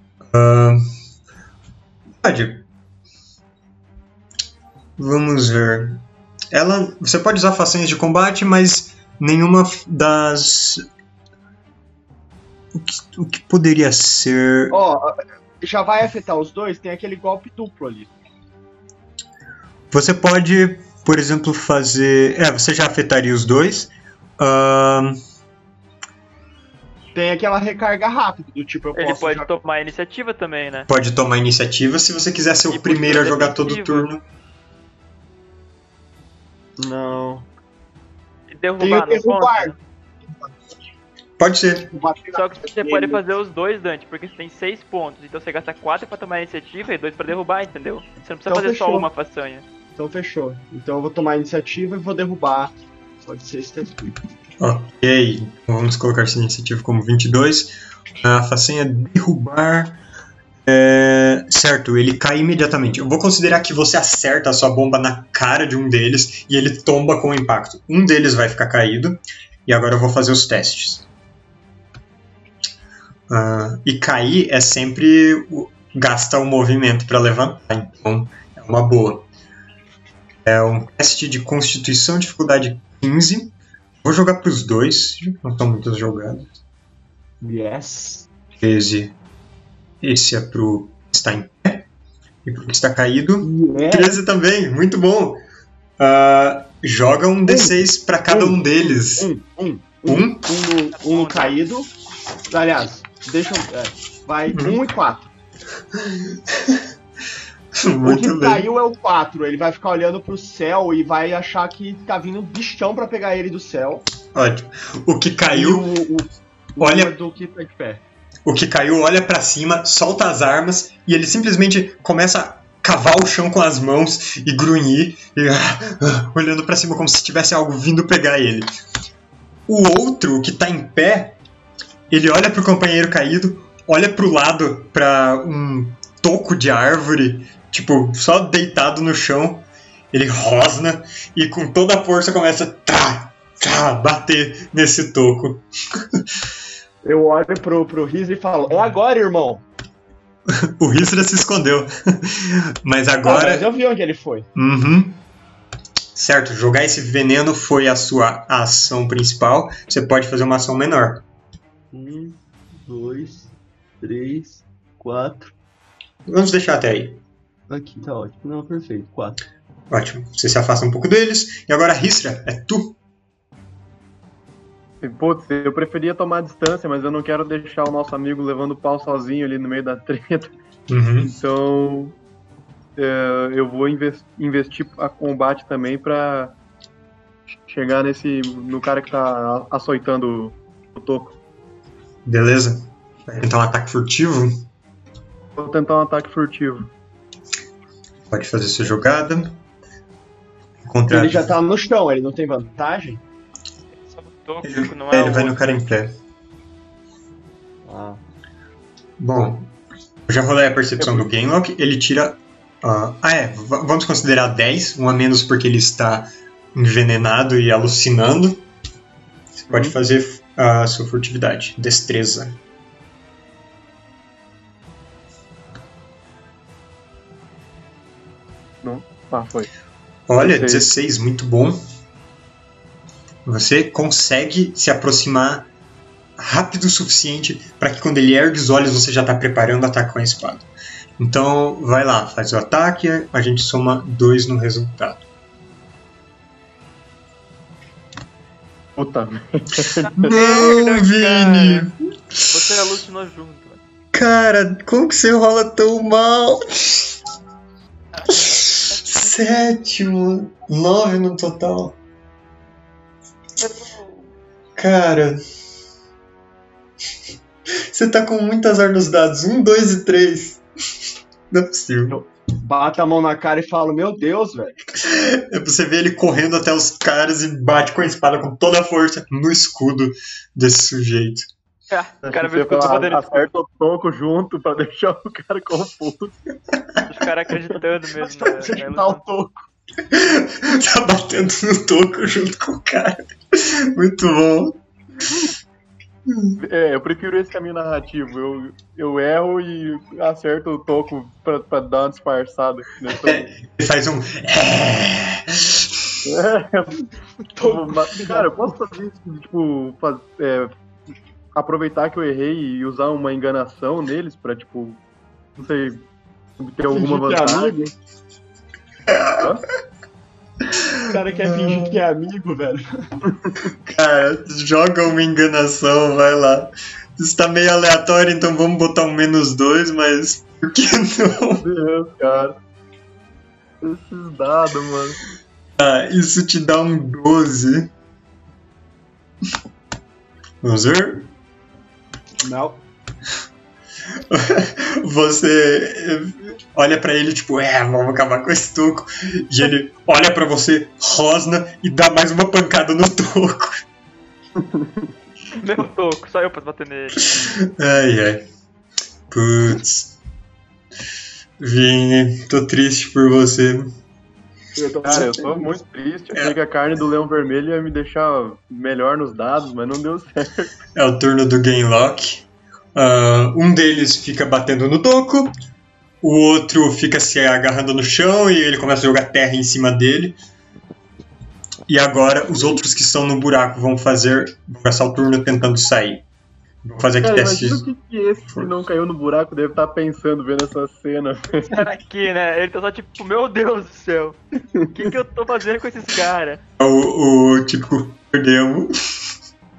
Pode. Vamos ver. Ela, você pode usar façanhas de combate, mas nenhuma das... O que, o que poderia ser... Ó, já vai afetar os dois? Tem aquele golpe duplo ali. Você pode, por exemplo, fazer... É, você já afetaria os dois. Ahn, Tem aquela recarga rápida, do tipo, eu Ele posso pode já... tomar a iniciativa também, né? pode tomar iniciativa se você quiser ser E o por primeiro a ser jogar todo defensivo. turno. Não. E Tem derrubar o no ponto. derrubar. Pode ser. Só que você pode fazer os dois, Dante, porque você tem seis pontos. Então você gasta quatro pra tomar a iniciativa e dois pra derrubar, entendeu? Você não precisa Então fazer fechou. só uma façanha. Então fechou. Então eu vou tomar a iniciativa e vou derrubar. Pode ser esse tempo. Ok, então vamos colocar essa iniciativa como vinte e dois. A façanha derrubar. É, certo, ele cai imediatamente. Eu vou considerar que você acerta a sua bomba na cara de um deles e ele tomba com o impacto. Um deles vai ficar caído. E agora eu vou fazer os testes. Ah, e cair é sempre o- gasta o movimento para levantar, então é uma boa. É um teste de Constituição, dificuldade quinze. Vou jogar para os dois, não estão muitas jogadas. Yes. treze. Esse é pro que está em pé. E pro que está caído. Yes. treze também, muito bom. Ah, joga um D seis para cada um deles. Um, um. Um? Um no, um no caído. Aliás, deixa eu... É, vai Uhum. um e quatro. O Muito que bem. caiu é o quatro. Ele vai ficar olhando pro céu e vai achar que tá vindo um bichão pra pegar ele do céu. Ótimo. O que E caiu, o, o, o Olha- do que tá de pé. o que caiu olha pra cima, solta as armas e ele simplesmente começa a cavar o chão com as mãos e grunhir, e, ah, ah, olhando pra cima como se tivesse algo vindo pegar ele. O outro, que tá em pé, ele olha pro companheiro caído, olha pro lado pra um toco de árvore, tipo, só deitado no chão. Ele rosna e com toda a força começa a tá, tá, bater nesse toco. Eu olho pro, pro Riz e falo, é agora, irmão. O Ristra se escondeu. Mas Ah, agora. mas eu vi onde ele foi. Uhum. Certo, jogar esse veneno foi a sua ação principal. Você pode fazer uma ação menor. Um, dois, três, quatro. Vamos deixar até aí. Aqui, tá ótimo. Não, perfeito. Quatro. Ótimo. Você se afasta um pouco deles. E agora, Ristra, é tu. Putz, eu preferia tomar distância, mas eu não quero deixar o nosso amigo levando o pau sozinho ali no meio da treta. Uhum. Então, é, eu vou inves- investir a combate também pra chegar nesse no cara que tá açoitando o toco. Beleza. Vai tentar um ataque furtivo. Vou tentar um ataque furtivo. Pode fazer sua jogada. Contra... Ele já tá no chão, ele não tem vantagem? Só no toco, Ele, não é, é ele o vai no outro. cara em pé. Ah. Bom, eu já rolei a percepção do Gamelock. Ele tira. ah, ah, é. v- Vamos considerar dez, um a menos porque ele está envenenado e alucinando. Você pode Uhum. fazer a sua furtividade. Destreza. Não? Ah, foi. Olha, dezesseis. dezesseis, muito bom. Você consegue se aproximar rápido o suficiente para que quando ele ergue os olhos você já está preparando o ataque com a espada. Então, vai lá, faz o ataque, a gente soma dois no resultado. Puta. Não, Vini! Você ele alucinou junto. Mano. Cara, como que você rola tão mal? Sétimo. Nove no total. Cara. Você tá com muito azar nos dados. Um, dois e três. Não é possível. Bate a mão na cara e fala, meu Deus, velho. É pra você ver ele correndo até os caras e bate com a espada com toda a força no escudo desse sujeito. É, o cara Você veio com o fala, dele. acerta o toco junto pra deixar o cara confuso. Os caras acreditando mesmo. Pra Né? acertar o toco. Tá batendo no toco junto com o cara. Muito bom. É, eu prefiro esse caminho narrativo. Eu, eu erro e acerto o toco pra, pra dar uma disfarçada. Né? Ele faz um. É, cara, eu posso fazer isso, tipo, faz, é, aproveitar que eu errei e usar uma enganação neles pra, tipo, não sei, ter alguma Fingir que é vantagem. amigo. O cara quer fingir que é amigo, velho. Cara, joga uma enganação, vai lá. Isso tá meio aleatório, então vamos botar um menos dois, mas por que não? Meu Deus, cara. Esses dados, mano. Ah, isso te dá um doze. Vamos ver? Não. Você olha pra ele tipo, é, vamos acabar com esse toco. E ele olha pra você, rosna e dá mais uma pancada no toco. Meu toco, só eu posso bater nele. Ai, ai. Putz. Vini, tô triste por você. Eu tô, cara, eu tô muito triste. Eu achei que a carne do leão vermelho ia me deixar melhor nos dados, mas não deu certo. É o turno do Gamelock. Uh, um deles fica batendo no toco, o outro fica se agarrando no chão e ele começa a jogar terra em cima dele. E agora os outros que estão no buraco vão fazer, vão passar o turno tentando sair. Vou fazer aqui Cara, teste. imagina o que, que esse que não caiu no buraco deve estar pensando vendo essa cena. Cara aqui, né? Ele tá só tipo, meu Deus do céu. O que que eu tô fazendo com esses caras? O, o típico perdemos.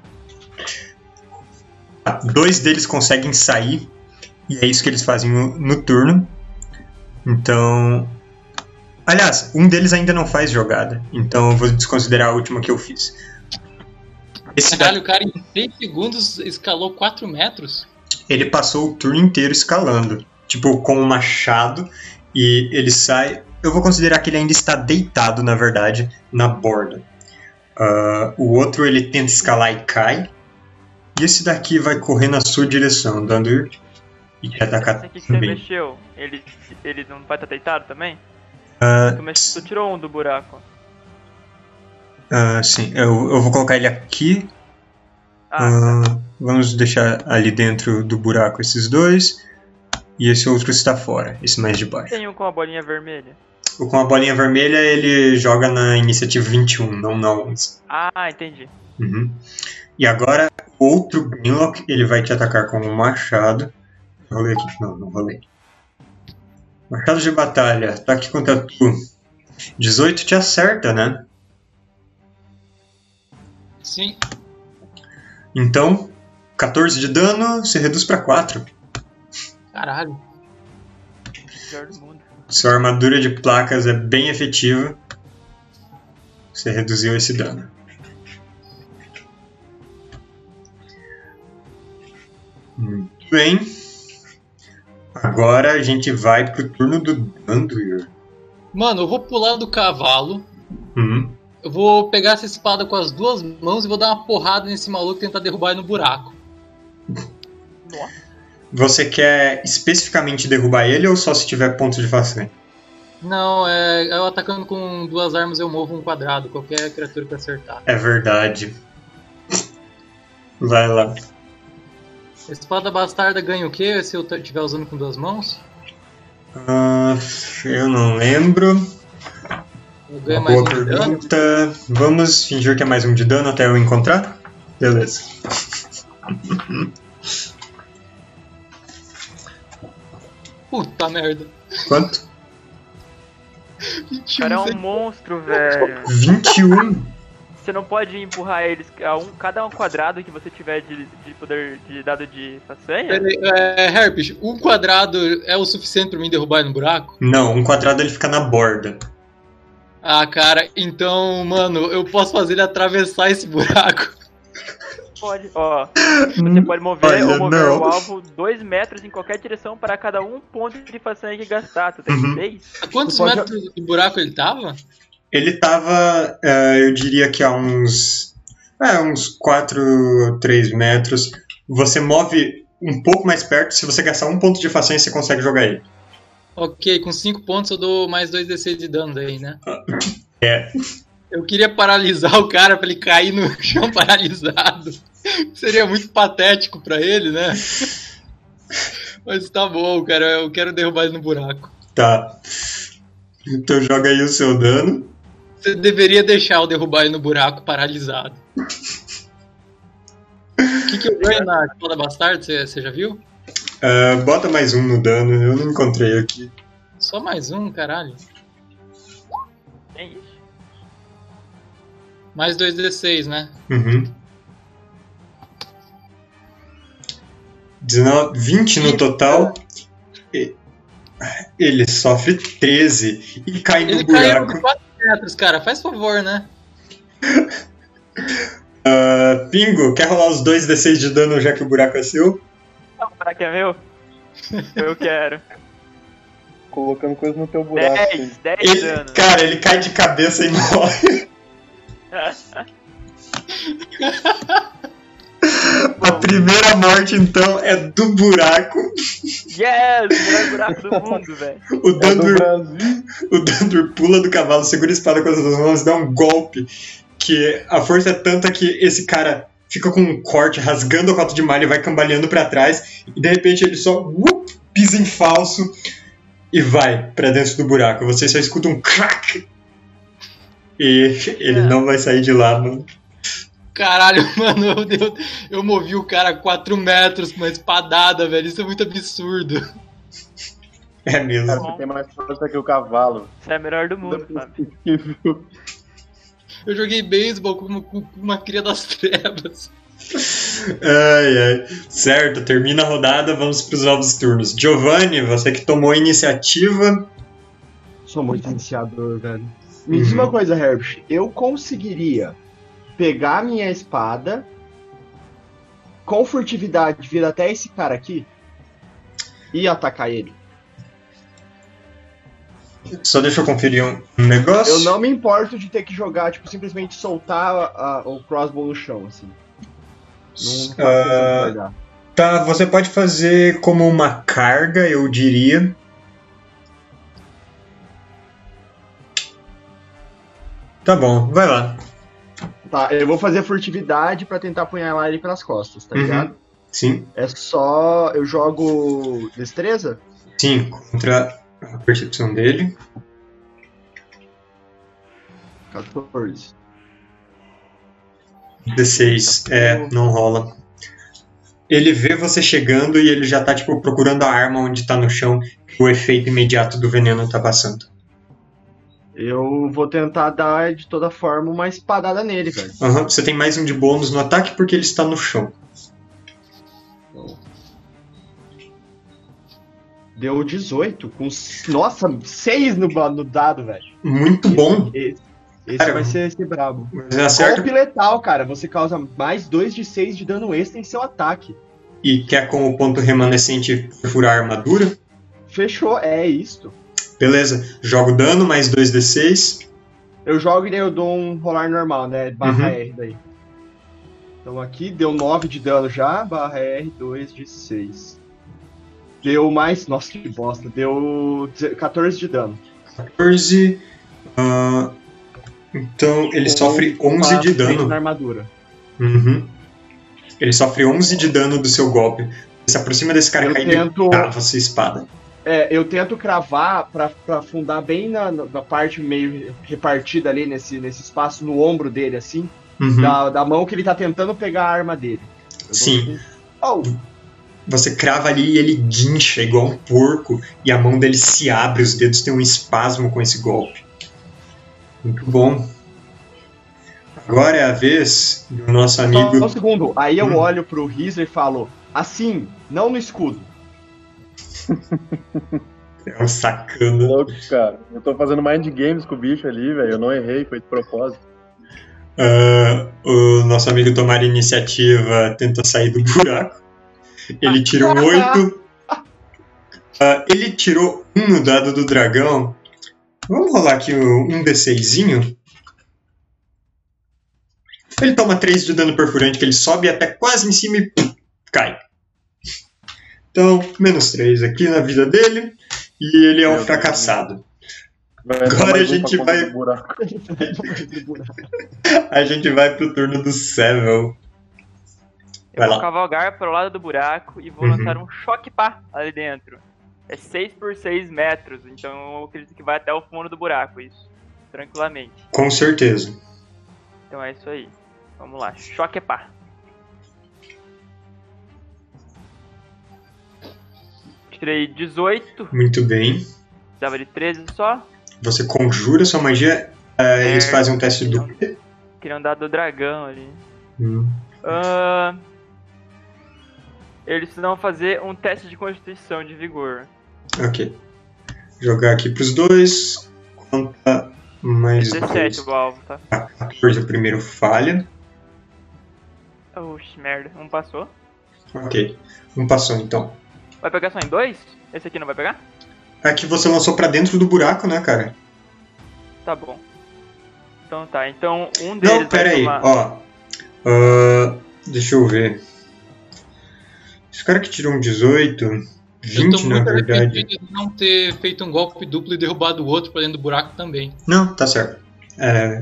Dois deles conseguem sair, e é isso que eles fazem no, no turno. Então. Aliás, um deles ainda não faz jogada, então eu vou desconsiderar a última que eu fiz. Esse Caralho, daqui, o cara em três segundos escalou quatro metros? ele passou o turno inteiro escalando, tipo com um machado, e ele sai. Eu vou considerar que ele ainda está deitado, na verdade, na borda. Uh, o outro ele tenta escalar e cai. E esse daqui vai correr na sua direção, dando e te atacar Esse aqui que você também. mexeu, ele, ele não vai estar deitado também? Uh, Tu, mex... tu tirou um do buraco. uh, sim, eu, eu vou colocar ele aqui. Ah, Uh, tá. Vamos deixar ali dentro do buraco esses dois. E esse outro está fora, esse mais de baixo. Tem um com a bolinha vermelha. O com a bolinha vermelha ele joga na iniciativa vinte e um, não na onze. Ah, entendi. Uhum. E agora, o outro Grimlock, ele vai te atacar com um machado. Rolei aqui. Não, não rolei. Machado de batalha, ataque contra tu. dezoito te acerta, né? Sim. Então, catorze de dano, você reduz pra quatro. Caralho. Pior do mundo. Sua armadura de placas é bem efetiva. Você reduziu esse dano. Muito bem. Agora a gente vai pro turno do Danduir. Mano, eu vou pular do cavalo. Hum. Eu vou pegar essa espada com as duas mãos e vou dar uma porrada nesse maluco e tentar derrubar ele no buraco. Nossa. Você quer especificamente derrubar ele ou só se tiver ponto de façanha? Não, é eu atacando com duas armas eu movo um quadrado, qualquer criatura que acertar. É verdade. Vai lá. A espada bastarda ganha o quê se eu estiver usando com duas mãos? Ah, eu não lembro. Eu ganho Uma mais boa um de dano? pergunta. Vamos fingir que é mais um de dano até eu encontrar? Beleza. Puta merda. Quanto? O cara é um monstro, velho. vinte e um. você não pode empurrar eles a um, cada um quadrado que você tiver de, de poder de dado de façanha? É, é, Herpes, um quadrado é o suficiente pra mim derrubar ele no buraco? Não, um quadrado ele fica na borda. Ah, cara, então, mano, eu posso fazer ele atravessar esse buraco. Pode, ó. Você pode mover Olha, ou mover não. o alvo dois metros em qualquer direção para cada um ponto de façanha que gastar. Tu tem Uhum. seis? A quantos Tu pode- metros de buraco ele tava? Ele tava, eh, eu diria que a uns, é, uns quatro, três metros. Você move um pouco mais perto, se você gastar um ponto de façanha, você consegue jogar ele. Ok, com cinco pontos eu dou mais dois D C de dano daí, né? É. Eu queria paralisar o cara pra ele cair no chão paralisado. Seria muito patético pra ele, né? Mas tá bom, cara, eu quero derrubar ele no buraco. Tá. Então joga aí o seu dano. Você deveria deixar eu derrubar ele no buraco paralisado. O que, que eu ganho na espada bastarda? Você, você já viu? Ah, bota mais um no dano, eu não encontrei aqui. Só mais um, caralho. Tem isso. Mais dois D seis, né? Uhum. dezenove, vinte no total. E- Ele sofre treze e cai no Ele caiu buraco. de quatro metros, cara. Faz favor, né? Ah, Pingo, quer rolar os dois D seis de dano já que o buraco é seu? Não, será que é meu? Eu quero. Colocando coisa no teu buraco. assim. dez, dez de Ele, dano. cara, ele cai de cabeça e morre. A primeira morte, então, é do buraco. Yes! O melhor buraco do mundo, velho. O É do Dandur, Brasil. o Dandur pula do cavalo, segura a espada com as duas mãos e dá um golpe. Que a força é tanta que esse cara fica com um corte, rasgando a cota de malha e vai cambaleando pra trás. E de repente ele só uh, pisa em falso e vai pra dentro do buraco. Você só escuta um crack. E ele É. não vai sair de lá, mano. Caralho, mano, eu, eu, eu movi o cara quatro metros com uma espadada, velho. Isso é muito absurdo. É mesmo. Cara, você tem mais força que o cavalo. Você é o melhor do mundo, sabe? Eu joguei beisebol com, com com uma cria das trevas. Ai, ai. Certo, termina a rodada, vamos pros novos turnos. Giovanni, você que tomou a iniciativa. Sou muito iniciador, velho. Me diz Uhum. uma coisa, Herbert. Eu conseguiria pegar minha espada com furtividade, vir até esse cara aqui e atacar ele. Só deixa eu conferir um negócio. Eu não me importo de ter que jogar, tipo, simplesmente soltar a- a- o crossbow no chão, assim. Não faço Ah, questão de guardar. Tá, você pode fazer como uma carga, eu diria. Tá bom, vai lá. Tá, eu vou fazer furtividade pra tentar apunhalar ele pelas costas, tá Uhum. ligado? Sim, É só. Eu jogo destreza? sim, contra a percepção dele. quatorze. D seis, é, não rola. Ele vê você chegando e ele já tá, tipo, procurando a arma onde tá no chão. O efeito imediato do veneno tá passando. Eu vou tentar dar de toda forma uma espadada nele, velho. Aham, você tem mais um de bônus no ataque porque ele está no chão. Deu dezoito, com. Nossa, seis no, ba- no dado, velho. Muito bom. Esse, esse Cara, vai ser, ser brabo. Você acerta Golpe letal, cara. Você causa mais dois de seis de dano extra em seu ataque. e quer com o ponto remanescente perfurar a armadura. Fechou, é isto. Beleza, joga o dano, mais dois D seis. Eu jogo e daí eu dou um rolar normal, né? Barra Uhum. R daí. Então aqui deu nove de dano já, barra R, dois de seis. Deu mais. Nossa, que bosta. Deu quatorze de dano. quatorze. ah, então ele Com sofre onze de quatro dano. na armadura. Uhum. Ele sofre onze de dano do seu golpe. Você se aproxima desse cara Eu caindo tento- e crava sua espada. É, eu tento cravar pra, pra afundar bem na, na parte meio repartida ali nesse, nesse espaço, no ombro dele, assim. Uhum. Da, da mão que ele tá tentando pegar a arma dele. Eu dou Sim. um- Oh! Você crava ali e ele guincha igual um porco. E a mão dele se abre, os dedos têm um espasmo com esse golpe. Muito bom. Agora é a vez do nosso amigo... Só um segundo, aí eu Hum. olho pro Rizer e falo, assim, não no escudo. É um sacana. Louco, cara. Eu tô fazendo mind games com o bicho ali, velho. Eu não errei, foi de propósito. Ah, o nosso amigo tomar iniciativa tenta sair do buraco. Ele tirou oito. Ah, ele tirou um no dado do dragão. Vamos rolar aqui um um D seis-zinho. Ele toma três de dano perfurante, que ele sobe até quase em cima e pum, cai. Então, menos três aqui na vida dele. E ele é um Meu fracassado. Vai entrar Agora mais a um gente pra conta vai- do buraco. A gente vai pro turno do Sevel. Eu Vai vou lá. cavalgar pro lado do buraco e vou Uhum. lançar um choque pá ali dentro. É seis por seis metros, então eu acredito que vai até o fundo do buraco, isso. Tranquilamente. Com certeza. Então é isso aí. Vamos lá, choque pá. Tirei dezoito, Muito bem. precisava de treze só. Você conjura sua magia. ah, eles É. fazem um teste do. Queria andar do dragão ali. Hum. Ah, eles precisam fazer um teste de constituição de vigor. Ok. Jogar aqui pros dois. Conta mais dezessete dois. o alvo, tá? Ah, quatorze o primeiro falha. Oxi, merda. Um passou. Ok. Um passou então. Vai pegar só em dois? Esse aqui não vai pegar? Aqui você lançou pra dentro do buraco, né, cara? Tá bom. Então tá, então um deles Não, pera vai aí. tomar... Ó. Ah, deixa eu ver. Esse cara que tirou um dezoito. Eu vinte tô na muito verdade. arrependido de não ter feito um golpe duplo e derrubado o outro pra dentro do buraco também. Não, tá certo. É,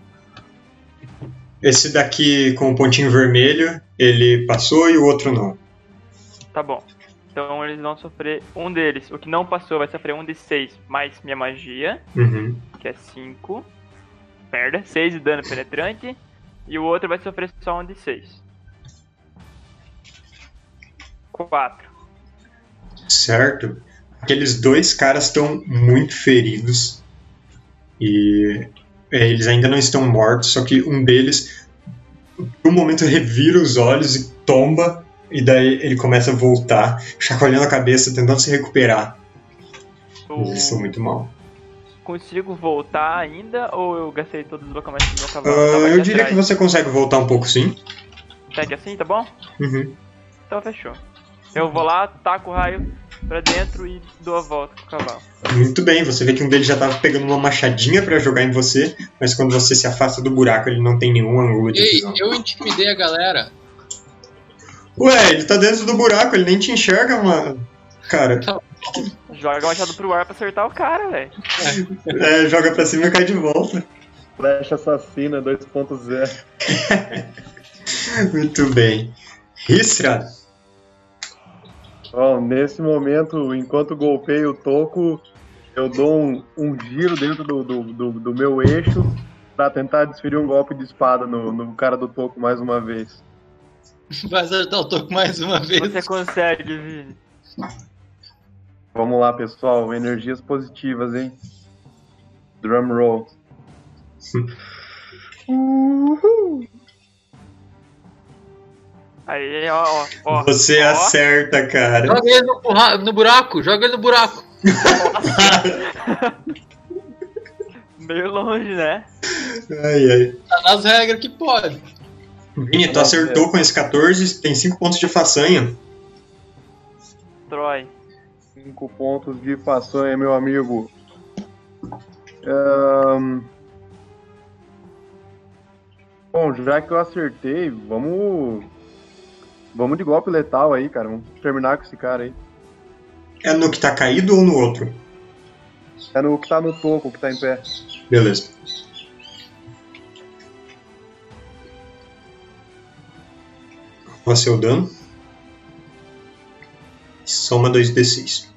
Esse daqui com o pontinho vermelho, ele passou e o outro não. Tá bom. Então eles vão sofrer um deles. O que não passou vai sofrer um de seis mais minha magia, Uhum. que é cinco. Merda, seis de dano penetrante. E o outro vai sofrer só um de seis. quatro. Certo? Aqueles dois caras estão muito feridos. E é, eles ainda não estão mortos, só que um deles, por um momento, revira os olhos e tomba. E daí ele começa a voltar, chacoalhando a cabeça, tentando se recuperar. Eles estão muito mal. Consigo voltar ainda ou eu gastei todos os deslocamentos do meu cavalo? Ah, Tava eu aqui diria que atrás. você consegue voltar um pouco, sim. Segue assim, tá bom? Uhum. Então fechou. Eu vou lá, taco o raio pra dentro e dou a volta com o cavalo. Muito bem, você vê que um deles já estava pegando uma machadinha pra jogar em você, mas quando você se afasta do buraco, ele não tem nenhum ângulo de Ei, visão. eu intimidei a galera. Ué, ele tá dentro do buraco, ele nem te enxerga, mano. Cara, Joga o machado pro ar pra acertar o cara, velho. é, joga pra cima e cai de volta. Flecha assassina dois ponto zero. Muito bem. Ristra, Bom, nesse momento, enquanto golpeio o toco, eu dou um, um giro dentro do, do, do, do meu eixo pra tentar desferir um golpe de espada no, no cara do toco mais uma vez. Vai acertar o toco mais uma vez. Você consegue, Vini. Vamos lá, pessoal. Energias positivas, hein? Drum roll. Uhul. Aí, ó, ó, ó. você ó. acerta, cara. Joga ele no, burra- no buraco, joga ele no buraco. Meio longe, né? Ai, ai. Tá nas regras que pode. Vini, tu acertou com esse catorze, tem cinco pontos de façanha. Troy. Cinco pontos de façanha, meu amigo. Ahn, Bom, já que eu acertei, vamos. Vamos de golpe letal aí, cara. Vamos terminar com esse cara aí. É no que tá caído ou no outro? É no que tá no toco, que tá em pé. Beleza. Qual é seu dano? Soma dois D seis.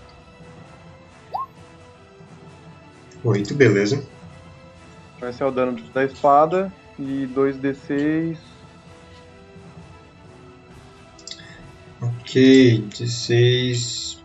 oito, beleza. Esse é o dano da espada. E dois D seis. Ok, dezesseis.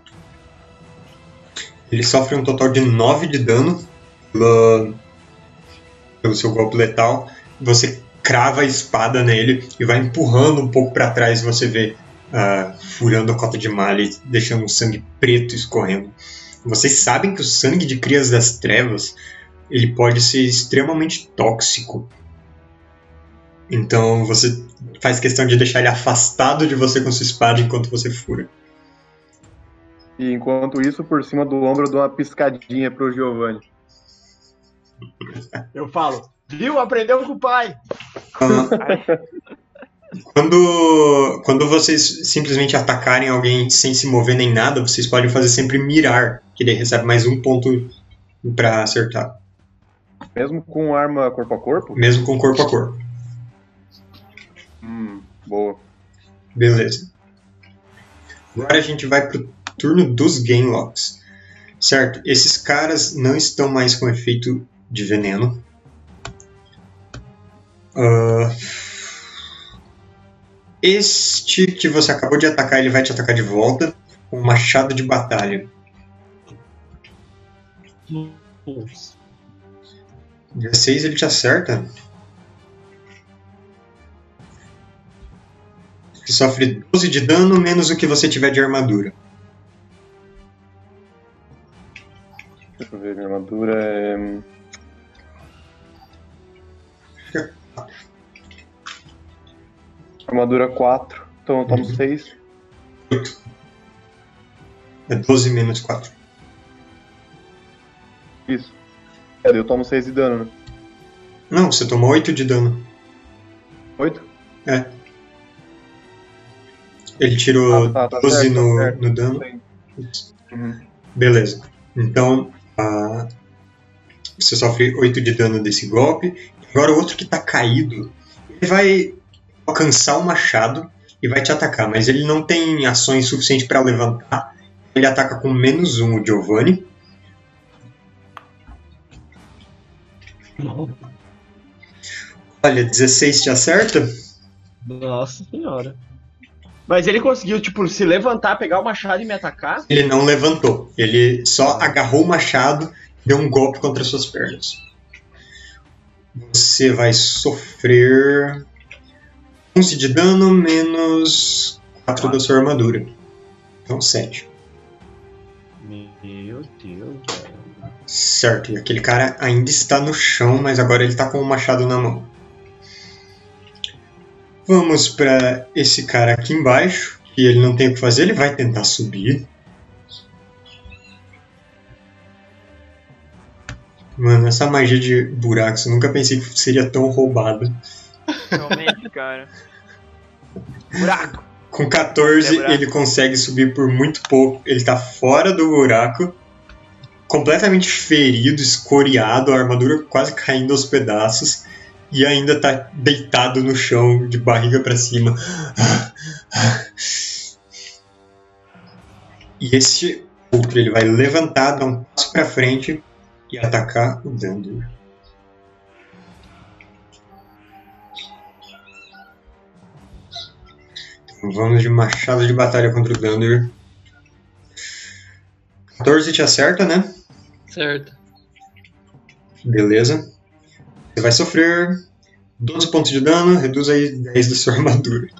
Ele sofre um total de nove de dano pela- pelo seu golpe letal. você crava a espada nele e vai empurrando um pouco para trás. Você vê uh, furando a cota de malha e deixando um sangue preto escorrendo. Vocês sabem que o sangue de crias das trevas ele pode ser extremamente tóxico. Então você faz questão de deixar ele afastado de você com sua espada enquanto você fura. E enquanto isso, por cima do ombro, eu dou uma piscadinha pro Giovanni. Eu falo, viu? Aprendeu com o pai. Quando, quando vocês simplesmente atacarem alguém sem se mover nem nada, vocês podem fazer sempre mirar, que ele recebe mais um ponto pra acertar. Mesmo com arma corpo a corpo? Mesmo com corpo a corpo. Hum, boa. Beleza. Agora a gente vai pro turno dos Gainlocks. Certo, esses caras não estão mais com efeito de veneno. Uh, este que você acabou de atacar, ele vai te atacar de volta com um machado de batalha. dezesseis ele te acerta. Você sofre doze de dano menos o que você tiver de armadura. Deixa eu ver, minha armadura é... Armadura quatro, então eu tomo Uhum. seis. oito. É doze menos quatro. Isso. É, daí eu tomo seis de dano, né? Não, você tomou oito de dano. oito? É. Ele tirou Ah, tá, tá doze certo, no, tá certo. no dano. Uhum. Beleza. Então, ah, você sofre oito de dano desse golpe. Agora o outro que tá caído, ele vai alcançar o machado e vai te atacar, mas ele não tem ações suficientes para levantar. Ele ataca com menos um o Giovanni. Olha, dezesseis te acerta? Nossa senhora. Mas ele conseguiu, tipo, se levantar, pegar o machado e me atacar? Ele não levantou. Ele só agarrou o machado e deu um golpe contra suas pernas. Você vai sofrer onze de dano menos quatro da sua armadura. Então sete. Meu Deus, velho. Certo, e aquele cara ainda está no chão, mas agora ele está com o machado na mão. Vamos para esse cara aqui embaixo, que ele não tem o que fazer, ele vai tentar subir. Mano, essa magia de buracos, eu nunca pensei que seria tão roubada. Realmente, cara. Buraco! Com quatorze, É buraco. ele consegue subir por muito pouco. Ele tá fora do buraco, completamente ferido, escoriado, a armadura quase caindo aos pedaços, e ainda tá deitado no chão, de barriga pra cima. E esse outro, ele vai levantar, dar um passo pra frente e atacar o Dandur. Então vamos de machado de batalha contra o Dandur. quatorze te acerta, né? Certo. Beleza. Você vai sofrer doze pontos de dano, reduz aí dez da sua armadura.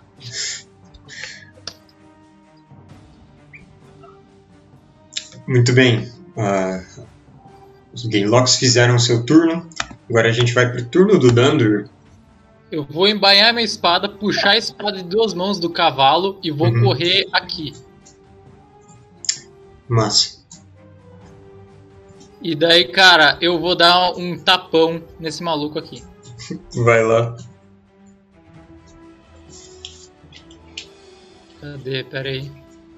Muito bem. Uh, os Gainlocks fizeram o seu turno. Agora a gente vai pro turno do Dandur. Eu vou embainhar minha espada, puxar a espada de duas mãos do cavalo e vou Uhum. correr aqui. Massa. E daí, cara, eu vou dar um tapão nesse maluco aqui. Vai lá. Cadê? Pera aí.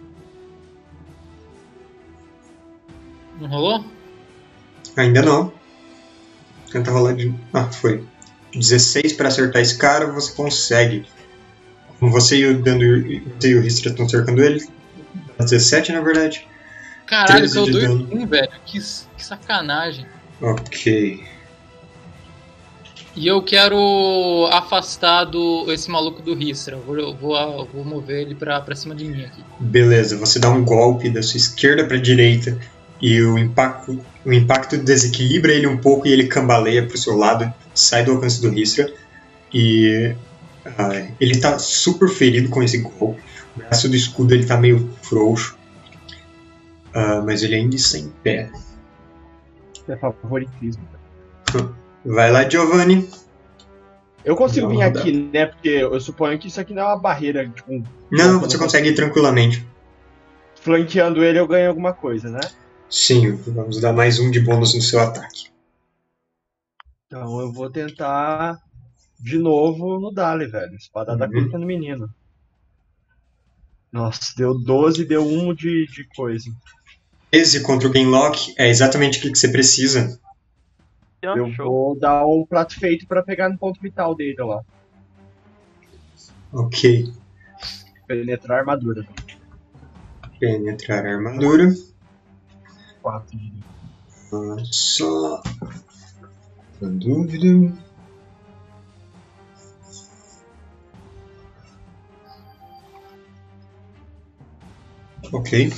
Não rolou? Ainda não. Tenta rolar de... Ah, foi. dezesseis para acertar esse cara, você consegue. Como você e o Dandur você e o Ristra estão cercando ele. dezessete, na verdade. Caralho, treze são de dois dano. um, velho. Que, que sacanagem. Ok. E eu quero afastar do, esse maluco do Ristra. Eu vou, eu vou, eu vou mover ele pra, pra cima de mim aqui. Beleza, você dá um golpe da sua esquerda para a direita e o impacto, o impacto desequilibra ele um pouco e ele cambaleia para o seu lado, sai do alcance do Ristra. E ah, ele tá super ferido com esse golpe. O braço do escudo ele tá meio frouxo. Ah, mas ele ainda está em pé. É favoritismo. Vai lá, Giovanni. Eu consigo Não, vir não dá. aqui, né? Porque eu suponho que isso aqui não é uma barreira. Tipo, Não, eu você consegue ir tranquilamente. Flanqueando ele, eu ganho alguma coisa, né? Sim, vamos dar mais um de bônus no seu ataque. Então eu vou tentar de novo no Dali, velho. Espadada Uhum. curta no menino. Nossa, deu doze, deu um de, de coisa. Esse contra o Gamelock é exatamente o que que você precisa. Então, Eu show. vou dar um prato feito pra pegar no ponto vital dele lá. Ok. Penetrar a armadura. Penetrar a armadura. quatro. Ah, Só. Na dúvida. Ok.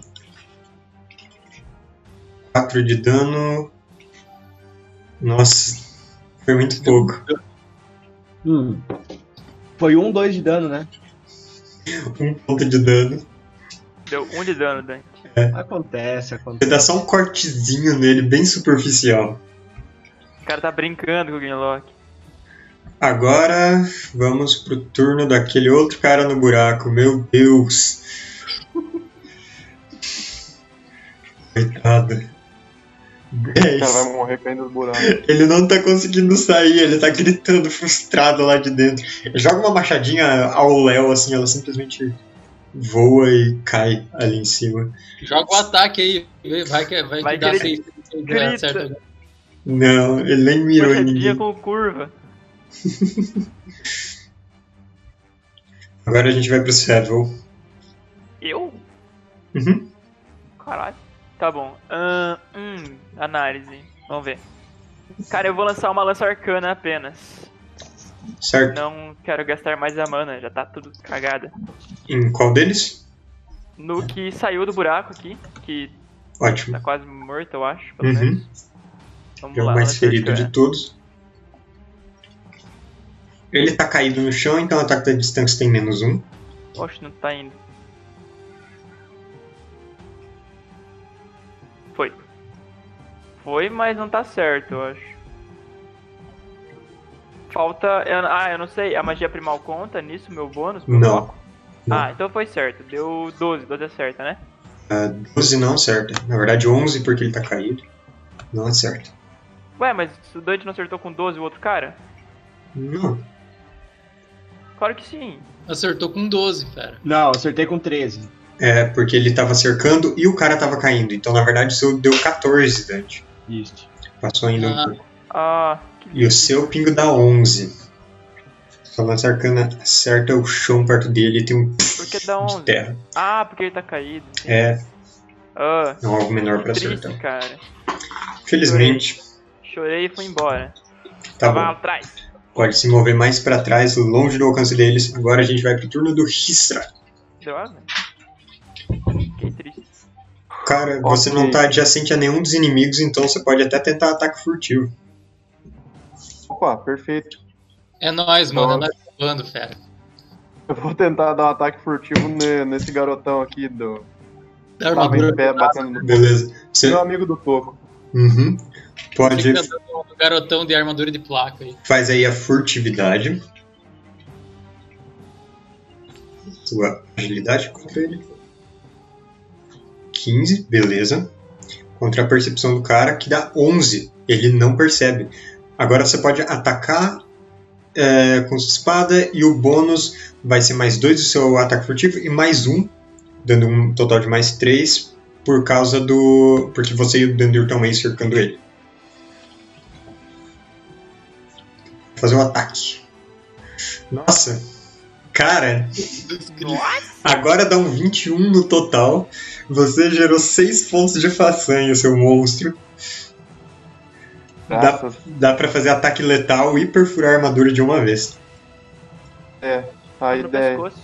quatro de dano. Nossa, foi muito pouco. Hum. Foi um, dois de dano, né? Um ponto de dano. Deu um de dano, Dante. Acontece, Você acontece. dá só um cortezinho nele, bem superficial. O cara tá brincando com o Gamelock. Agora vamos pro turno daquele outro cara no buraco. Meu Deus. Coitado. O cara vai dez. morrer caindo no buraco. Ele não tá conseguindo sair, ele tá gritando frustrado lá de dentro. Joga uma machadinha ao Léo, assim, ela simplesmente voa e cai ali em cima. Joga o ataque aí, vai que, vai Vai que dá que seis. ele grita. Certo. Não, ele nem mirou em Machadinha ninguém. com curva. Agora a gente vai pro Seville. Eu? Uhum. Caralho. Tá bom. Ahn, hum, análise. Vamos ver. Cara, eu vou lançar uma lança arcana apenas. Certo. Não quero gastar mais a mana, já tá tudo cagada. Em qual deles? No que saiu do buraco aqui, que Ótimo. tá quase morto, eu acho, pelo Uhum. menos. Vamos É o lá, mais lança ferido arcana. de todos. Ele tá caído no chão, então o ataque da distância tem menos um. Oxe, não tá indo. Foi. Foi, mas não tá certo, eu acho. Falta... eu- ah, eu não sei. A magia primal conta nisso, meu bônus? Meu Não. bloco? Não. Ah, então foi certo. Deu doze. doze é certa, né? Ah, doze não acerta. Na verdade, onze porque ele tá caído. Não acerta. Ué, mas o Dante não acertou com doze o outro cara? Não. Claro que sim. Acertou com doze, fera. Não, acertei com treze. É, porque ele tava cercando e o cara tava caindo. Então, na verdade, o seu deu quatorze, Dante. Isso. Passou ainda Ah. um pouco. Ah, que E o seu pingo dá onze. Sua lança arcana acerta o chão perto dele e tem um Por que dá de onze? terra. Ah, porque ele tá caído. Sim. É, Ah, é um algo menor pra que triste, acertar. cara. Felizmente, Chorei e fui embora. tá Tava bom. atrás. Pode se mover mais pra trás, longe do alcance deles. Agora a gente vai pro turno do Histra. Droga. Fiquei triste. Cara, você Ok. não tá adjacente a nenhum dos inimigos, então você pode até tentar ataque furtivo. Opa, perfeito. É nóis, mano. É Então- nóis voando, fera. Eu vou tentar dar um ataque furtivo ne- nesse garotão aqui do. Da Tava em armadura. pé batendo no. Beleza. Você... Meu amigo do toco. Uhum. Pode. Fica dando um garotão de armadura de placa aí. Faz aí a furtividade. Sua agilidade contra ele. quinze, beleza. Contra a percepção do cara, que dá onze. Ele não percebe. Agora você pode atacar é, com sua espada e o bônus vai ser mais dois do seu ataque furtivo e mais um, dando um total de mais três, por causa do. Porque você e o Dandur estão aí cercando ele. Vou fazer o ataque. Nossa! Cara! Agora dá um vinte e um no total. Você gerou seis pontos de façanha, seu monstro. Dá, Graças. dá pra fazer ataque letal e perfurar a armadura de uma vez. É, a no ideia. pescoço.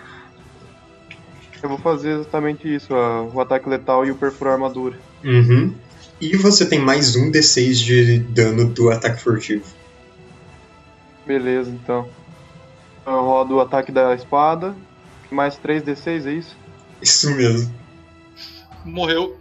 Eu vou fazer exatamente isso, ó, o ataque letal e o perfurar armadura. Uhum. E você tem mais um D seis de dano do ataque furtivo. Beleza, então. Eu rodo o ataque da espada. Mais três D seis, é isso? Isso mesmo. Morreu.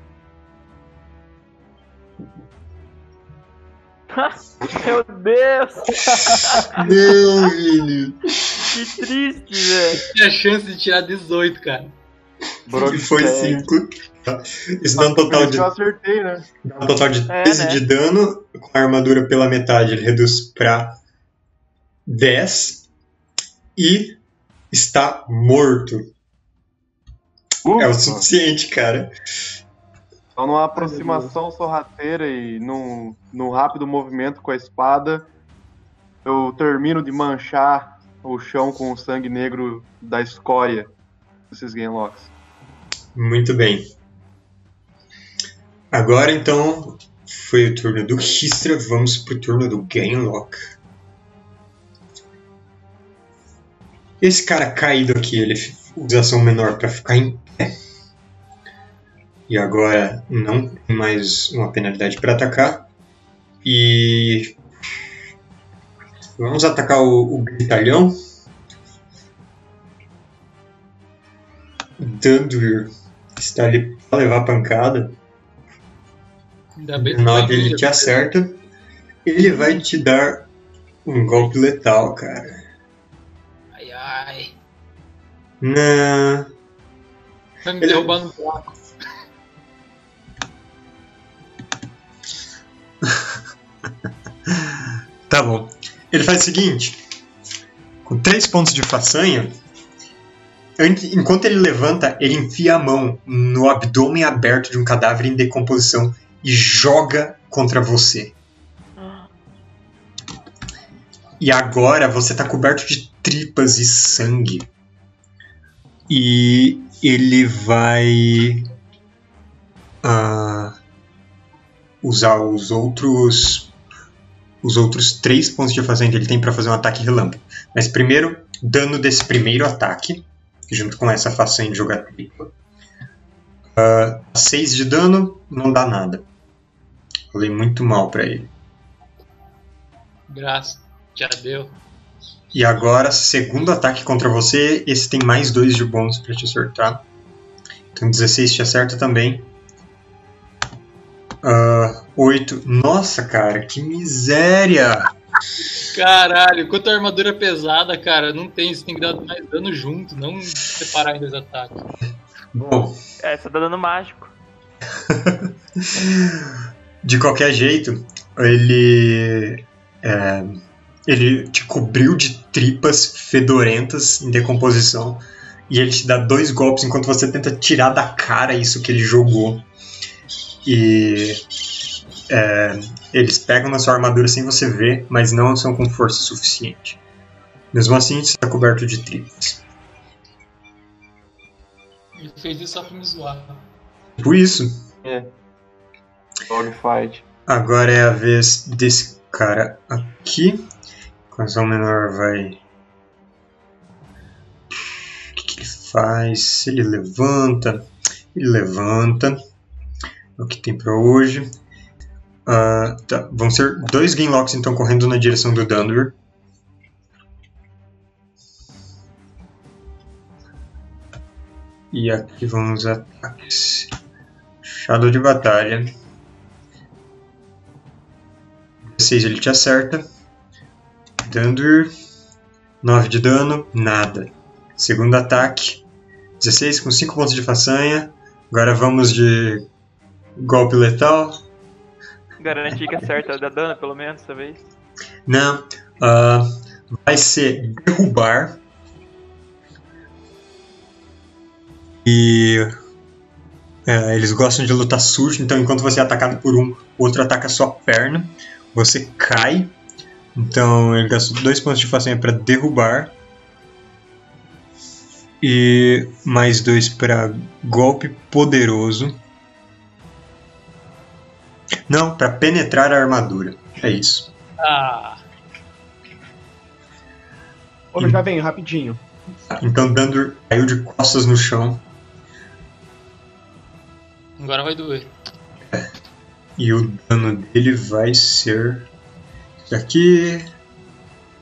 Meu Deus! Não, Vini. Que triste, velho. Tinha chance de tirar dezoito, cara. E foi cinco. Isso dá um total de, Eu acertei, né? dá um total de É, treze né? de dano. Com a armadura pela metade, ele reduz pra dez. E está morto. Ufa. É o suficiente, cara. Então, numa aproximação sorrateira e num, num rápido movimento com a espada, eu termino de manchar o chão com o sangue negro da escória desses Genlocks. Muito bem. Agora, então, foi o turno do Histra. Vamos pro turno do Genlock. Esse cara caído aqui, ele usa ação menor para ficar em pé. E agora não tem mais uma penalidade para atacar. E vamos atacar o, o gritalhão. Dandur está ali para levar a pancada. Ainda bem que nove tá ele bem, te acerta. Ele vai te dar um golpe letal, cara. Ai, ai. Não. Vai me Ele- derrubar no buraco. Tá bom. Ele faz o seguinte: com três pontos de façanha, ante- enquanto ele levanta, ele enfia a mão no abdômen aberto de um cadáver em decomposição e joga contra você. E agora você tá coberto de tripas e sangue. E ele vai ah, usar os outros os outros três pontos de façanha que ele tem para fazer um ataque relâmpago. Mas primeiro, dano desse primeiro ataque, junto com essa façanha de jogar tripa. Uh, seis de dano, não dá nada. Falei muito mal para ele. Graças, já deu. E agora, segundo ataque contra você, esse tem mais dois de bônus para te acertar. Então dezesseis te acerta também. Uh, oito. Nossa, cara, que miséria! Caralho, quanto a armadura é pesada, cara, não tem, você tem que dar mais dano junto, não separar em dois ataques. Bom, É, só dá dano mágico. de qualquer jeito, ele é, ele te cobriu de tripas fedorentas em decomposição e ele te dá dois golpes enquanto você tenta tirar da cara isso que ele jogou. E é, eles pegam na sua armadura sem você ver, mas não são com força suficiente. Mesmo assim, você está coberto de tripas. Ele fez isso só pra me zoar. Tipo isso. É. Dogfight. Agora é a vez desse cara aqui. Com ação menor vai... O que, que ele faz? Ele levanta. Ele levanta. É o que tem pra hoje. Uh, tá. Vão ser dois Genlocks então correndo na direção do Dandur. E aqui vão os ataques. Shadow de batalha. dezesseis ele te acerta. Dandur. nove de dano. Nada. Segundo ataque. dezesseis com cinco pontos de façanha. Agora vamos de golpe letal. Garantir que acerta, dá dano pelo menos dessa vez. Não. Uh, vai ser derrubar. E é, eles gostam de lutar sujo, então enquanto você é atacado por um, o outro ataca a sua perna. Você cai. Então ele gasta dois pontos de façanha para derrubar. E mais dois para golpe poderoso. Não, para penetrar a armadura. É isso. Ah, Ô, eu já venho, rapidinho. Então Dandur caiu de costas no chão. agora vai doer. E o dano dele vai ser isso aqui.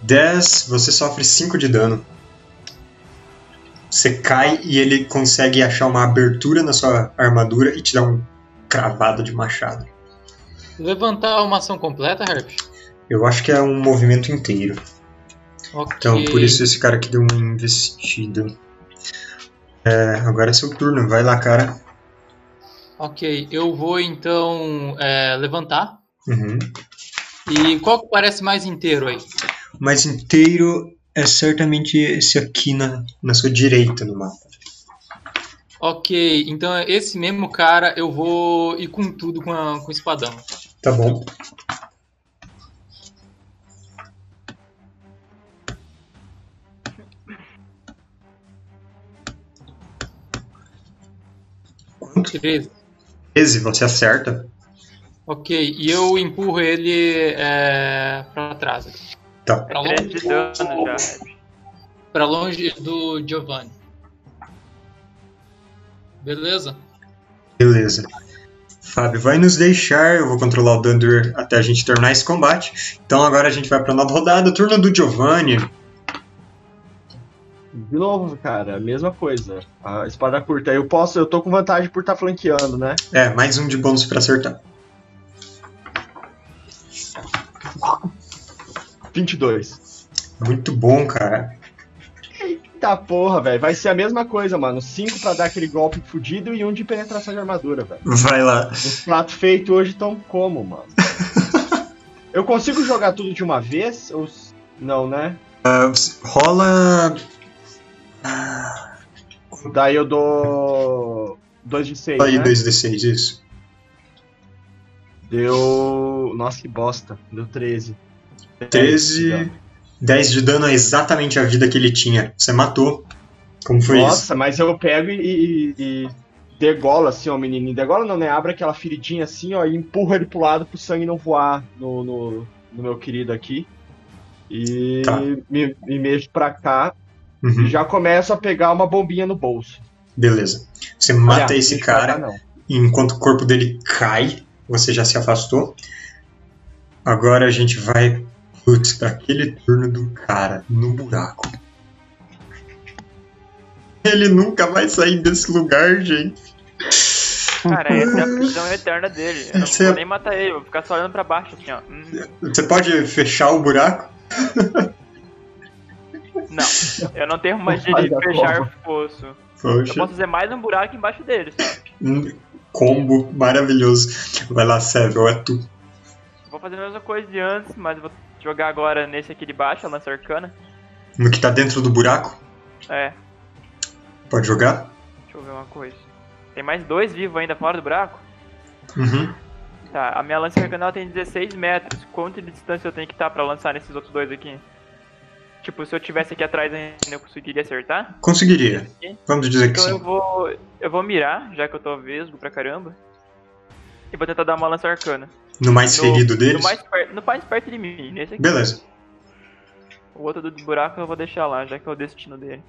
dez, você sofre cinco de dano. Você cai e ele consegue achar uma abertura na sua armadura e te dá um cravado de machado. Levantar uma ação completa, Harp? Eu acho que é um movimento inteiro. Ok. Então, por isso esse cara aqui deu uma investida. É, agora é seu turno, vai lá, cara. Ok, eu vou então é, levantar. Uhum. E qual que parece mais inteiro aí? Mais inteiro é certamente esse aqui na, na sua direita no mapa. Ok, então esse mesmo cara eu vou ir com tudo com, a, com o espadão. Tá bom. Quanto? treze. treze, você acerta. Ok, e eu empurro ele é, pra trás. Aqui. Tá. Pra treze longe, de dano já, Harp. pra longe do Giovanni. Beleza? Beleza. Fábio vai nos deixar, eu vou controlar o Dandur até a gente terminar esse combate. Então agora a gente vai pra nova rodada, turno do Giovanni. De novo, cara, a mesma coisa. A espada curta. Eu posso, eu tô com vantagem por estar flanqueando, né? É, mais um de bônus pra acertar. vinte e dois. Muito bom, cara. Eita porra, velho. Vai ser a mesma coisa, mano. cinco pra dar aquele golpe fudido e um de penetração de armadura, velho. Vai lá. Os pratos feitos hoje estão como, mano? Eu consigo jogar tudo de uma vez? Ou... Não, né? Uh, rola... Daí eu dou... dois de seis, Aí, né? dois d seis, isso. Deu... Nossa, que bosta. Deu treze. treze, dez de dano é exatamente a vida que ele tinha. Você matou. Como foi Nossa, isso? mas eu pego e, e, e degolo assim, ó, menininho. Degola não, né? Abre aquela feridinha assim, ó, e empurra ele pro lado pro sangue não voar no, no, no meu querido aqui. E Tá. me, me mexo pra cá Uhum. e já começo a pegar uma bombinha no bolso. Beleza. Você mata Aliás, esse mexo pra cara cá, não. e enquanto o corpo dele cai, você já se afastou. Agora a gente vai... Putz, pra aquele turno do cara no buraco. Ele nunca vai sair desse lugar, gente. Cara, essa é a prisão eterna dele. Eu não Essa vou é- nem matar ele, eu vou ficar só olhando pra baixo assim, ó. Hum, Você pode fechar o buraco? não, eu não tenho magia Vai de dar fechar como? fosso. Eu Poxa. posso fazer mais um buraco embaixo dele, só. Um combo maravilhoso. Vai lá, Sebel, é tu. Vou fazer a mesma coisa de antes, mas eu vou jogar agora nesse aqui de baixo, a lança arcana. No que tá dentro do buraco? É, Pode jogar? deixa eu ver uma coisa. Tem mais dois vivos ainda fora do buraco? Uhum. Tá, a minha lança arcana ela tem dezesseis metros. Quanto de distância eu tenho que estar pra lançar nesses outros dois aqui? Tipo, se eu tivesse aqui atrás ainda, eu conseguiria acertar? Conseguiria. Vamos dizer que Então eu sim. vou. Eu vou mirar, já que eu tô vesgo pra caramba. E vou tentar dar uma lança arcana. No mais No- ferido No deles? mais, per- no mais perto de mim, nesse aqui. Beleza. O outro do buraco eu vou deixar lá, já que é o destino dele.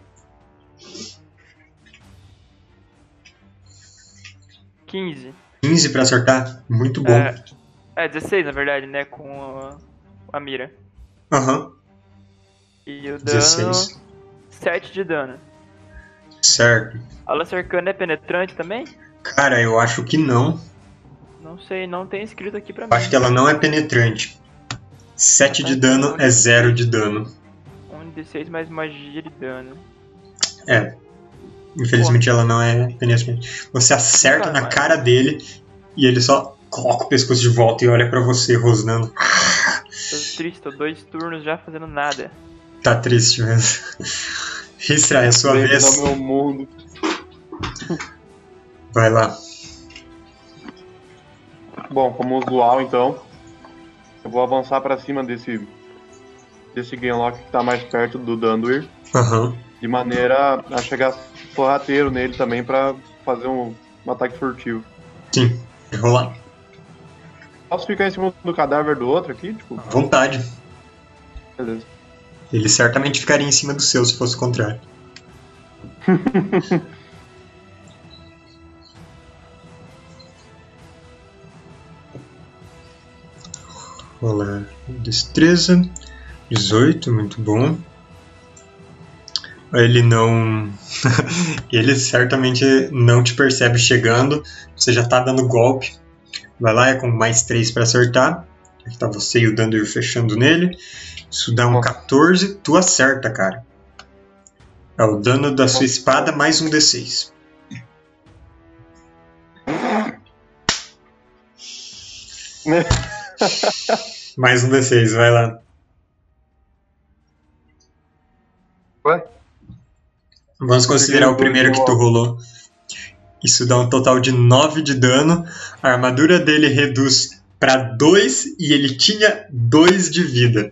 quinze. quinze pra acertar? Muito bom. É, é, dezesseis na verdade, né? Com a, a mira. Aham. E o dano. dezesseis. sete de dano. Certo. A lança arcana é penetrante também? Cara, eu acho que não. Não sei, não tem escrito aqui pra mim. Eu acho que ela não é penetrante. sete de dano é zero de dano. um d seis mais magia de dano. É. Infelizmente ela não é penetrante. Você acerta Cara, na mas- cara dele e ele só coloca o pescoço de volta e olha pra você, rosnando. Tô triste, tô dois turnos já fazendo nada. Tá triste mesmo. Ristra, é a sua Bem-vindo vez. ao meu mundo. Vai lá. Bom, como usual, então, eu vou avançar pra cima desse desse Genlock que tá mais perto do Danduir, Aham. de maneira a chegar sorrateiro nele também pra fazer um, um ataque furtivo. Sim. Vai rolar. Posso ficar em cima do cadáver do outro aqui? Tipo, À vontade. beleza. Ele certamente ficaria em cima do seu se fosse o contrário. Rolar destreza. dezoito, muito bom. Ele não... ele certamente não te percebe chegando. Você já tá dando golpe. Vai lá, é com mais três pra acertar. Aqui tá você e o Dandur fechando nele. Isso dá um quatorze. Tu acerta, cara. É o dano da sua espada mais um D seis. Mais um D seis, vai lá. Ué? Vamos considerar o primeiro que tu rolou. Isso dá um total de nove de dano. A armadura dele reduz para dois e ele tinha dois de vida.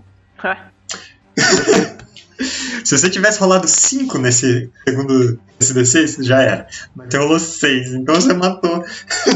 Se você tivesse rolado cinco nesse segundo nesse D seis, já era. Mas você rolou seis, então você matou.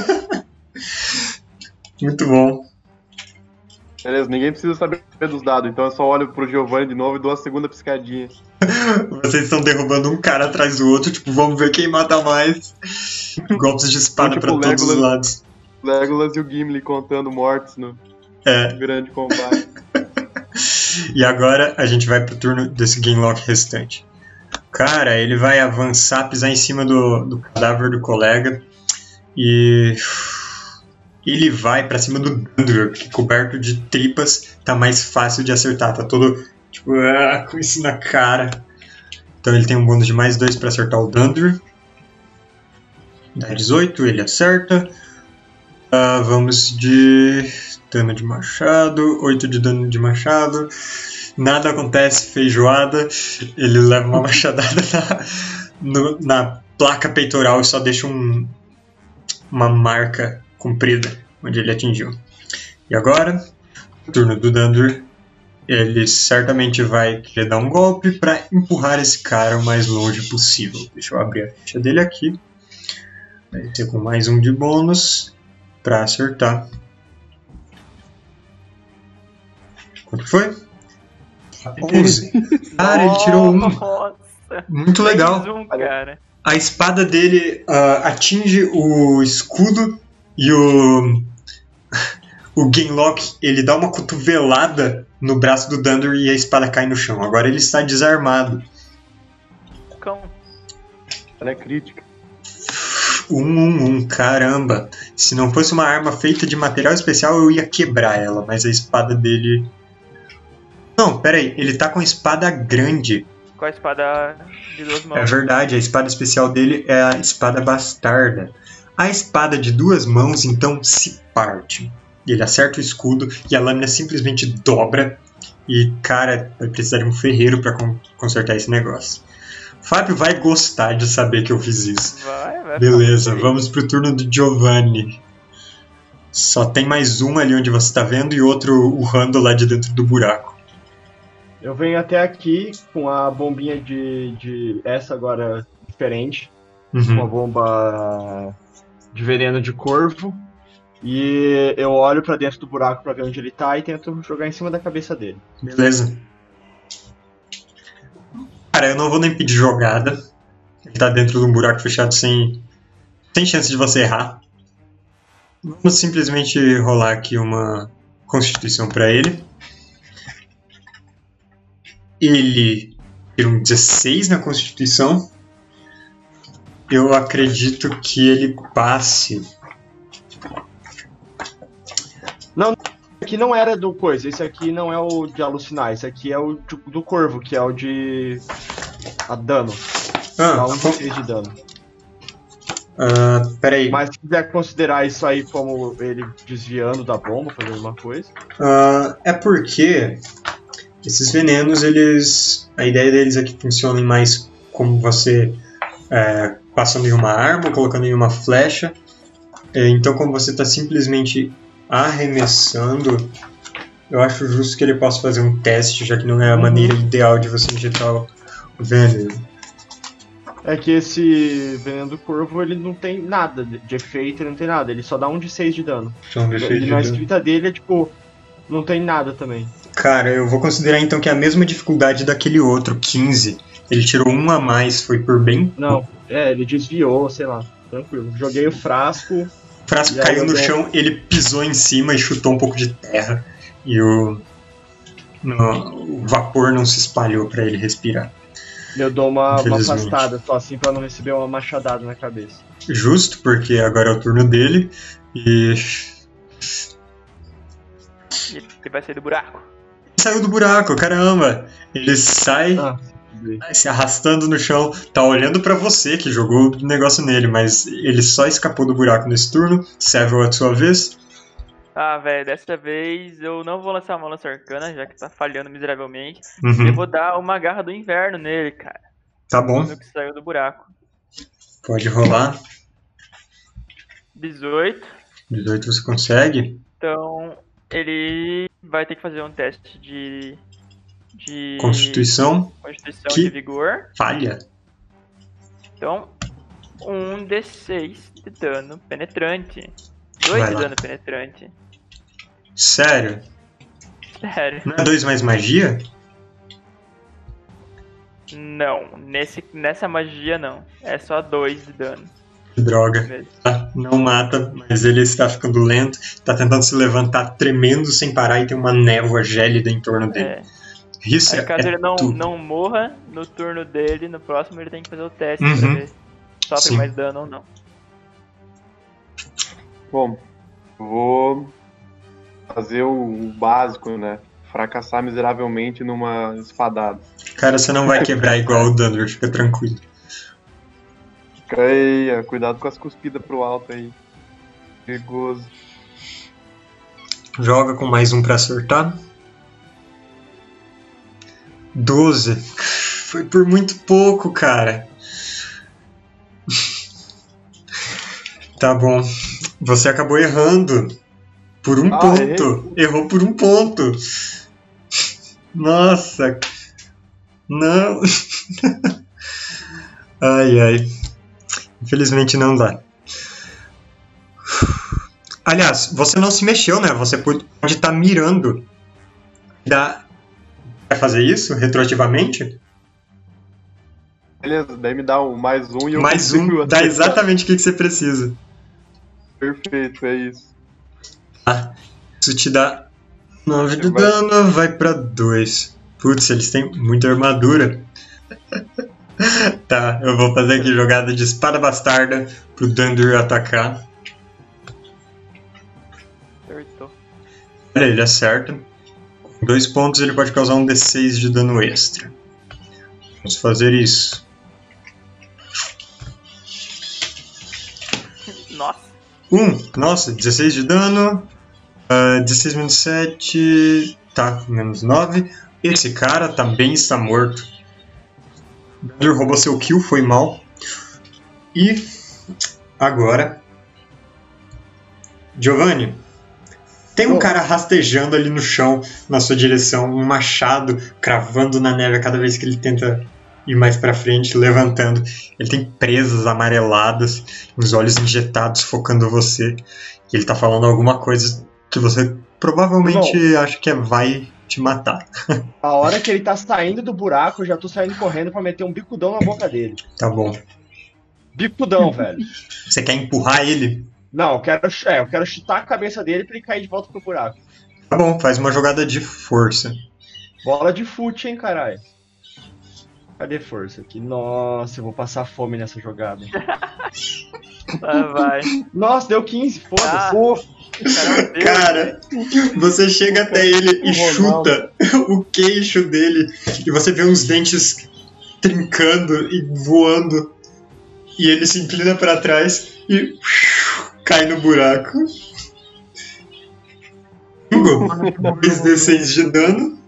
Muito bom. Beleza, ninguém precisa saber dos dados, então eu só olho pro Giovanni de novo e dou a segunda piscadinha. Vocês estão derrubando um cara atrás do outro, tipo, vamos ver quem mata mais. Golpes de espada tipo, pra todos Legolas, os lados. Legolas e o Gimli contando mortes no É. grande combate. E agora a gente vai pro turno desse Gamelock restante. Cara, ele vai avançar, pisar em cima do, do cadáver do colega e ele vai pra cima do Dandur, que coberto de tripas tá mais fácil de acertar, tá todo tipo, ah, com isso na cara. Então ele tem um bônus de mais dois pra acertar o Dandur. Dá dezoito, ele acerta. Uh, vamos de dano de machado, oito de dano de machado. Nada acontece, feijoada. Ele leva uma machadada na, no, na placa peitoral e só deixa um, uma marca comprida onde ele atingiu. E agora, turno do Dandur. Ele certamente vai querer dar um golpe para empurrar esse cara o mais longe possível. Deixa eu abrir a ficha dele aqui. Vai ser com mais um de bônus para acertar. Quanto foi? onze. Cara, ele tirou um. Nossa. Muito legal. Mais um, cara. A espada dele uh, atinge o escudo e o o Gamelock, ele dá uma cotovelada no braço do Dandur e a espada cai no chão. Agora ele está desarmado. Cão. Ela é crítica. Um, um, um, caramba. Se não fosse uma arma feita de material especial, eu ia quebrar ela, mas a espada dele... Não, pera aí, ele tá com a espada grande. Com a espada de duas mãos. É verdade, a espada especial dele é a espada bastarda. A espada de duas mãos, então, se parte. Ele acerta o escudo e a lâmina simplesmente dobra. E, cara, vai precisar de um ferreiro pra con- consertar esse negócio. Fábio vai gostar de saber que eu fiz isso. Vai, vai. Beleza, vamos pro turno do Giovanni. Só tem mais um ali onde você tá vendo e outro urrando lá de dentro do buraco. Eu venho até aqui com a bombinha de... de essa agora diferente. Uhum. Uma bomba de veneno de corvo. E eu olho pra dentro do buraco pra ver onde ele tá e tento jogar em cima da cabeça dele. Beleza. Cara, eu não vou nem pedir jogada. Ele tá dentro de um buraco fechado sem, sem chance de você errar. Vamos simplesmente rolar aqui uma constituição pra ele. Ele tira um dezesseis na constituição. Eu acredito que ele passe. Não, esse aqui não era do coisa, esse aqui não é o de alucinar, esse aqui é o de- do corvo, que é o de a dano. Ah, Dá um com- de seis de dano. ah, peraí. Mas se quiser considerar isso aí como ele desviando da bomba, fazendo alguma coisa. Ah, é porque esses venenos, eles, a ideia deles é que funcionem mais como você é, passando em uma arma, colocando em uma flecha. É, então, como você está simplesmente arremessando, eu acho justo que ele possa fazer um teste, já que não é a maneira ideal de você injetar o veneno. É que esse veneno do corvo, ele não tem nada de de efeito, ele não tem nada, ele só dá um de seis de dano. Então, deixa eu E na dividir. escrita dele é tipo, não tem nada também. Cara, eu vou considerar então que é a mesma dificuldade daquele outro, quinze. Ele tirou um a mais, foi por bem. Não, é, ele desviou, sei lá, tranquilo. Joguei o frasco. O frasco E aí caiu eu no dou- chão, ele pisou em cima e chutou um pouco de terra. E o no, o vapor não se espalhou pra ele respirar. Eu dou uma, uma Infelizmente. afastada só assim pra não receber uma machadada na cabeça. Justo, porque agora é o turno dele e E ele vai sair do buraco. saiu do buraco, caramba! Ele sai Ah, se arrastando no chão, tá olhando pra você que jogou o negócio nele, mas ele só escapou do buraco nesse turno. Seville, a sua vez. Ah, velho, dessa vez eu não vou lançar uma lança arcana, já que tá falhando miseravelmente. Uhum, Eu vou dar uma garra do inverno nele, cara. tá bom, No que saiu do buraco. pode rolar. dezoito. dezoito você consegue. Então, ele vai ter que fazer um teste de... De... Constituição, Constituição Que- de vigor. falha. Então, um D seis de dano penetrante. dois Vai de lá. dano penetrante. Sério? Sério. Não é dois mais magia? Não, nesse, nessa magia não. É só dois de dano Que droga. mesmo. Ah, não mata, mas ele está ficando lento, tá tentando se levantar, tremendo sem parar e tem uma névoa gélida em torno dele. É. Isso Aí, caso é ele não, tudo. não morra, no turno dele, no próximo ele tem que fazer o teste Uhum. pra ver se sofre Sim. mais dano ou não. Bom, vou fazer o básico, né? Fracassar miseravelmente numa espadada. Cara, você não vai quebrar igual o Dunder, fica tranquilo. Eia, cuidado com as cuspidas pro alto aí. Perigoso. Joga com mais um pra acertar. doze. Foi por muito pouco, cara. Tá bom. Você acabou errando. Por um Ah, ponto. Errou por um ponto. Nossa. Não. Ai, ai. Infelizmente não dá. Aliás, você não se mexeu, né? Você pode estar mirando. Dá... Vai fazer isso retroativamente? Beleza, daí me dá um mais um e eu Mais consigo um, dá acertar. exatamente o que que você precisa. Perfeito, é isso. Ah, isso te dá nove de Vai- dano, vai pra dois. Putz, eles têm muita armadura. Tá, eu vou fazer aqui jogada de espada bastarda pro Dunder atacar. Acertou. Olha, ele acerta. Com dois pontos ele pode causar um D seis de dano extra. Vamos fazer isso. Nossa. Um, nossa, dezesseis de dano. Uh, dezesseis menos sete. Tá, menos nove. Esse cara também está morto. Dunder roubou seu kill, foi mal. E agora, Giovanni, tem um Oh. cara rastejando ali no chão na sua direção, um machado cravando na neve a cada vez que ele tenta ir mais pra frente, levantando. Ele tem presas amareladas, os olhos injetados focando você. E ele tá falando alguma coisa que você provavelmente acha que é vai te matar. A hora que ele tá saindo do buraco, eu já tô saindo correndo pra meter um bicudão na boca dele. Tá bom. Bicudão, velho. Você quer empurrar ele? Não, eu quero, é, eu quero chutar a cabeça dele pra ele cair de volta pro buraco. Tá bom, faz uma jogada de força. Bola de fute, hein, caralho. Cadê força aqui? Nossa, eu vou passar fome nessa jogada. Ah, vai. Nossa, deu quinze, foda-se. Ah. Pô, Caramba, Deus. Cara, você chega até ele e chuta o queixo dele e você vê uns dentes trincando e voando e ele se inclina pra trás e cai no buraco. Bingo! dois D seis de dano.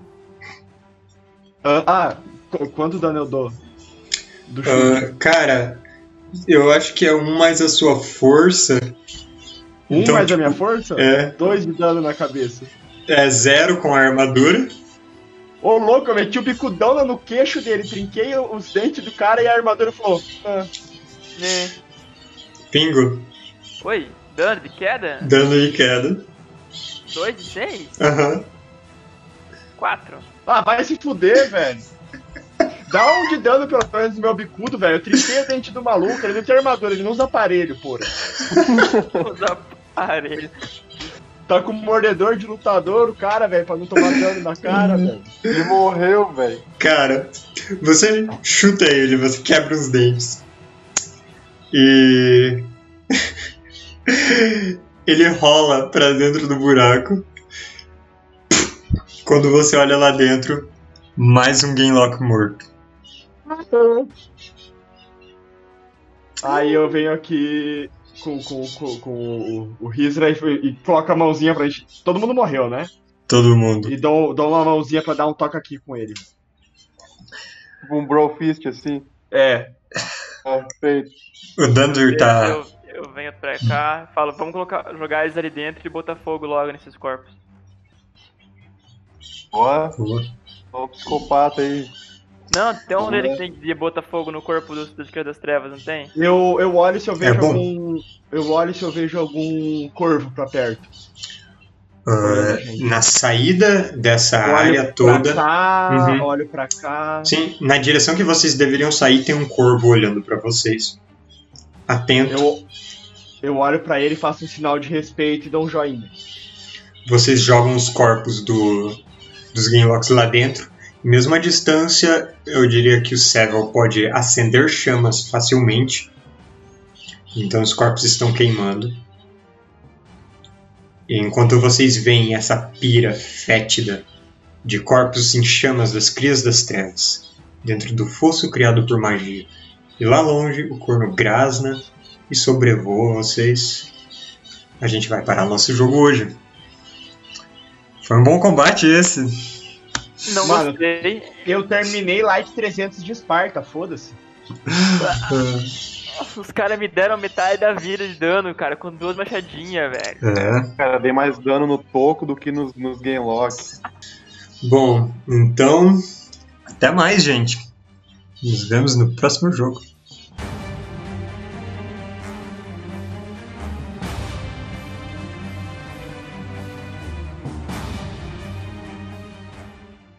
Ah, qu- quanto dano eu dou? Do chute. Ah, cara, eu acho que é um mais a sua força. um então, mais tipo, a minha força? É, Dois de dano na cabeça. é zero com a armadura. Ô, louco, eu meti o bicudão no queixo dele, trinquei os dentes do cara e a armadura falou: ah, Né. Pingo, Oi, dano de queda? dano de queda. dois de seis? Aham. quatro. ah, vai se fuder, velho. Dá um de dano pelo menos no meu bicudo, velho. Eu trinquei o dente do maluco, ele não tem armadura, ele não usa aparelho, porra. Os aparelhos. Tá com um mordedor de lutador, o cara, velho, pra não tomar dano na cara, velho. Ele morreu, velho. Cara, você chuta ele, você quebra os dentes. E... ele rola pra dentro do buraco. Quando você olha lá dentro, mais um Genlock morto. Aí eu venho aqui com, com, com, com o, o Hizra e, e coloco a mãozinha pra gente. Todo mundo morreu, né? Todo mundo. E dou, dou uma mãozinha pra dar um toque aqui com ele. Tipo um bro fist assim. É. É, feito. O Dandur tá... Eu, eu venho pra cá, falo, vamos colocar, jogar eles ali dentro e botar fogo logo nesses corpos. Ó, ó o psicopata aí. Não, tem um dele que tem que botar fogo no corpo dos, dos Crias das Trevas, não tem? Eu, eu olho se eu vejo É bom. algum. Eu olho se eu vejo algum corvo pra perto. Uh, na saída dessa Eu olho área pra toda... cá, Uhum. olho pra cá. Sim, na direção que vocês deveriam sair tem um corvo olhando pra vocês. Atento. Eu, eu olho pra ele, faço um sinal de respeito e dou um joinha. Vocês jogam os corpos do, dos Genlocks lá dentro. Mesmo à distância, eu diria que o Seville pode acender chamas facilmente. Então os corpos estão queimando. E enquanto vocês veem essa pira fétida de corpos em chamas das Crias das Trevas, dentro do fosso criado por magia, e lá longe o corno grasna e sobrevoa vocês, a gente vai parar nosso jogo hoje. Foi um bom combate esse. Não Mano, gostei. Eu terminei Light trezentos de Esparta, foda-se. Os caras me deram metade da vida de dano, cara, com duas machadinhas, velho. É. Cara, dei mais dano no toco do que nos, nos Genlock. Bom, então, até mais, gente. Nos vemos no próximo jogo.